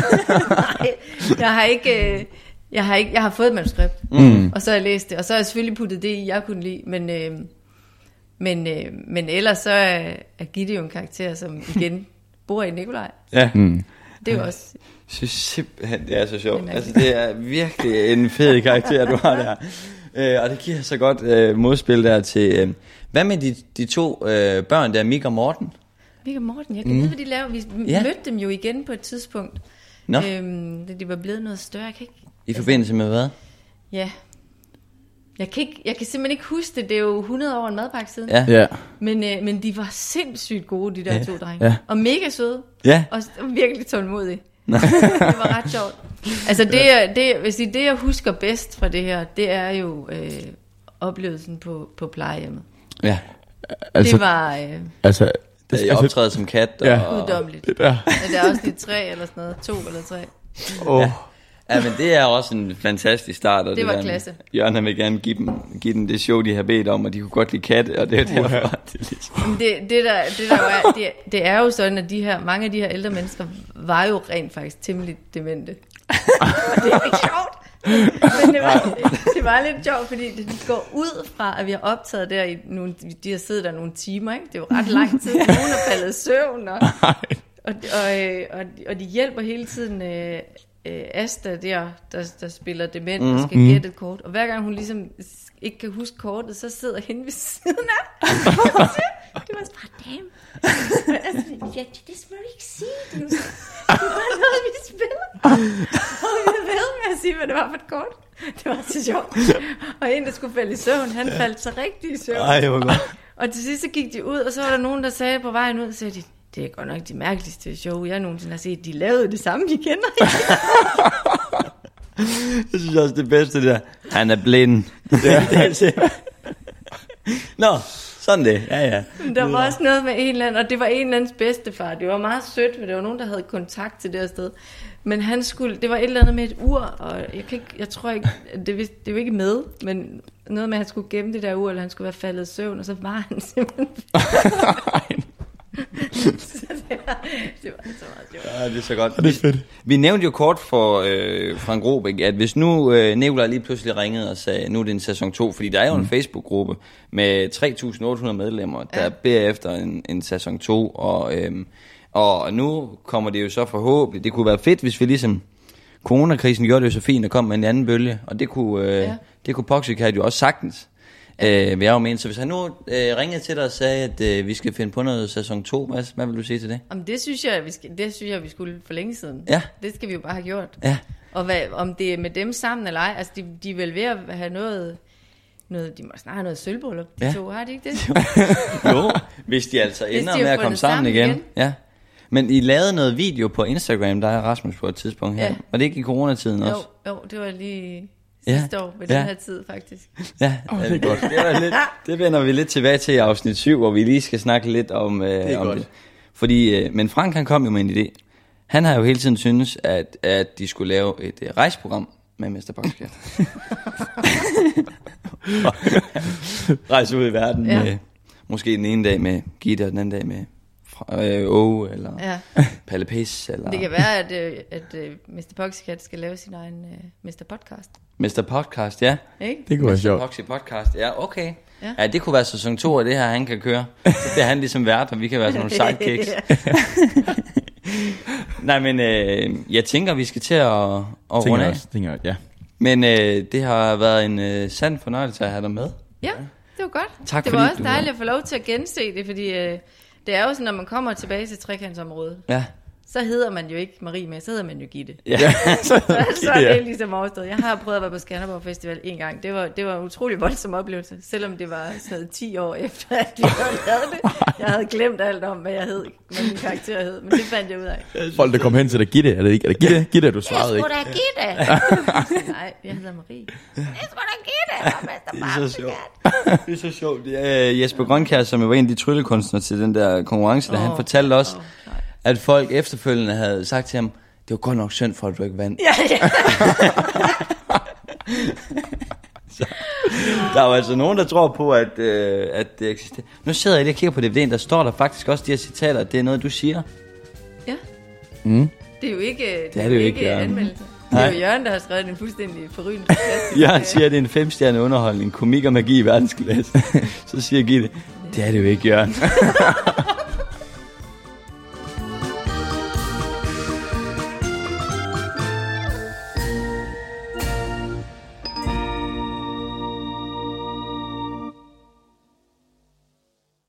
Nej, jeg har fået et manuskript, og så har jeg læst det, og så har jeg selvfølgelig puttet det i, jeg kunne lide, men ellers så er Gitte jo en karakter, som igen bor i Nikolaj. Ja. Det er jo også... Jeg synes simpelthen, det er så sjovt. Altså, det er virkelig en fed karakter, du har der. Og det giver så godt modspil der til... hvad med de to børn der, Mik og Morten? Mik og Morten, jeg kan vide, hvad de laver. Vi mødte dem jo igen på et tidspunkt. Da de var blevet noget større. Jeg kan ikke... I forbindelse med hvad? Ja. Jeg kan simpelthen ikke huske det. Det er jo 100 år en madpakke siden. Ja. Men de var sindssygt gode, de der to drenge. Ja. Og mega søde. Ja. Og virkelig tålmodige. Det var ret sjovt. Altså det jeg husker bedst fra det her, det er jo oplevelsen på plejehjemmet. Ja. Altså, det var... det optræder som kat. Uddommeligt. Det der. Men der er også lidt 3 eller sådan noget. 2 eller 3. Ja, men det er også en fantastisk start. Og det var klasse. Jørgen vil gerne give dem det show, de har bedt om, og de kunne godt lide katte, og det er derfor. Det er jo sådan, at mange af de her ældre mennesker var jo rent faktisk temmelig demente. Og det er ikke sjovt. Men det var lidt sjovt, fordi det går ud fra, at vi har optaget der i de har siddet der nogle timer, ikke? Det er jo ret lang tid, nogen er faldet i søvn, og de hjælper hele tiden Asta der spiller dement og skal gætte et kort. Og hver gang hun ligesom ikke kan huske kortet, så sidder hende ved siden af. Det var bare, damn. Det skal du ikke sige. Det er bare noget, vi spiller. Og vi ved med at sige, hvad det var for et kort. Det var så sjovt. Og en, der skulle falde i søvn, han faldt så rigtig i søvn. Ej, det var godt. Og til sidst så gik de ud, og så var der nogen, der sagde på vejen ud, så sagde de, det er godt nok de mærkeligste show, jeg nogensinde har set. De lavede det samme, de kender. Jeg synes også, det bedste der. Han er blind. Nå, sådan det. Ja. Der var også noget med en eller anden, og det var en eller andens bedstefar. Det var meget sødt, for det var nogen, der havde kontakt til det her sted. Men det var et eller andet med et ur, og jeg tror ikke, det var ikke med, men noget med, at han skulle gemme det der ur, eller han skulle være faldet i søvn, og så var han simpelthen... det var så meget sjovt. Ja, det er så godt. Ja, det er fedt. Vi nævnte jo kort for Frank Robæk, at hvis nu Nikolaj lige pludselig ringede og sagde, nu er det en sæson 2, fordi der er jo en Facebook-gruppe med 3.800 medlemmer, der beder efter en sæson 2, og nu kommer det jo så forhåbentlig. Det kunne være fedt, hvis vi ligesom... Coronakrisen gjorde det jo så fint og kom med en anden bølge, og det kunne Poxycat jo også sagtens. Vi er jo med, så hvis han nu ringede til dig og sagde, at vi skal finde på noget sæson 2, hvad vil du sige til det? Jamen, det synes jeg, vi skulle for længe siden. Ja. Det skal vi jo bare have gjort. Ja. Og om det er med dem sammen eller ej, altså de er vel ved at have noget, de må snart have noget sølvbryllup, de to, har de ikke det? Jo, hvis de altså ender med at komme sammen igen. Ja. Men I lavede noget video på Instagram, der er Rasmus på et tidspunkt her. Ja. Var det ikke i coronatiden også? Jo, det var lige sidste år ved den her tid, faktisk. Ja, det er godt. Det vender vi lidt tilbage til i afsnit 7, hvor vi lige skal snakke lidt om det. Fordi, men Frank, han kom jo med en idé. Han har jo hele tiden syntes, at de skulle lave et rejseprogram med Mr. Boxcat. Rejse ud i verden med, måske den ene dag med Gitte, og den anden dag med Åge, eller Palle Pis, eller... Det kan være, at Mr. Boxcat skal lave sin egen Mr. Podcast. Mr. Podcast, ja. Ikke? Det kunne være sjovt. Mr. Podcast, ja, okay. Ja, det kunne være sæson 2 af det her, han kan køre. Så det er han ligesom vært, og vi kan være sådan nogle sidekicks. Nej, men jeg tænker, vi skal til at runde af. Tænker, ja. Men det har været en sand fornøjelse at have dig med. Ja, det var godt. Tak, det var også dejligt at få lov til at gense det, fordi det er jo sådan, når man kommer tilbage til trekantsområdet, så hedder man jo ikke Marie mere, så hedder man jo Gitte. Ja. så er det ligesom overstået. Jeg har prøvet at være på Skanderborg Festival en gang. Det var en utrolig voldsom oplevelse, selvom det var sådan 10 år efter, at vi havde lavet det. Jeg havde glemt alt om, hvad jeg hed, hvad min karakter hed, men det fandt jeg ud af. Folk, der kom hen til dig, Gitte, er det ikke? Er det Gitte? Gitte, du svarede ikke. Jeg skulle da Gitte. Nej, jeg hedder Marie. Jeg skulle da Gitte. Det er så sjovt. Jesper Grønkjær, som jo var en af de tryllekunstnere til den der konkurrence, han fortalte også, at folk efterfølgende havde sagt til ham, det var godt nok synd for, at du ikke vandt. Ja. Så, der er jo altså nogen, der tror på, at det eksisterer. Nu sidder jeg lige og kigger på DVD'en, der står der faktisk også de her citater, at det er noget, du siger. Ja. Mm. Det er jo ikke anmeldelse. Det er jo Jørgen, der har skrevet en fuldstændig forrygende klasse. Jørgen siger, at det er en 5-stjerne underholdning, komik og magi i verdensklasse. Så siger Gitte, det er det jo ikke, Jørgen.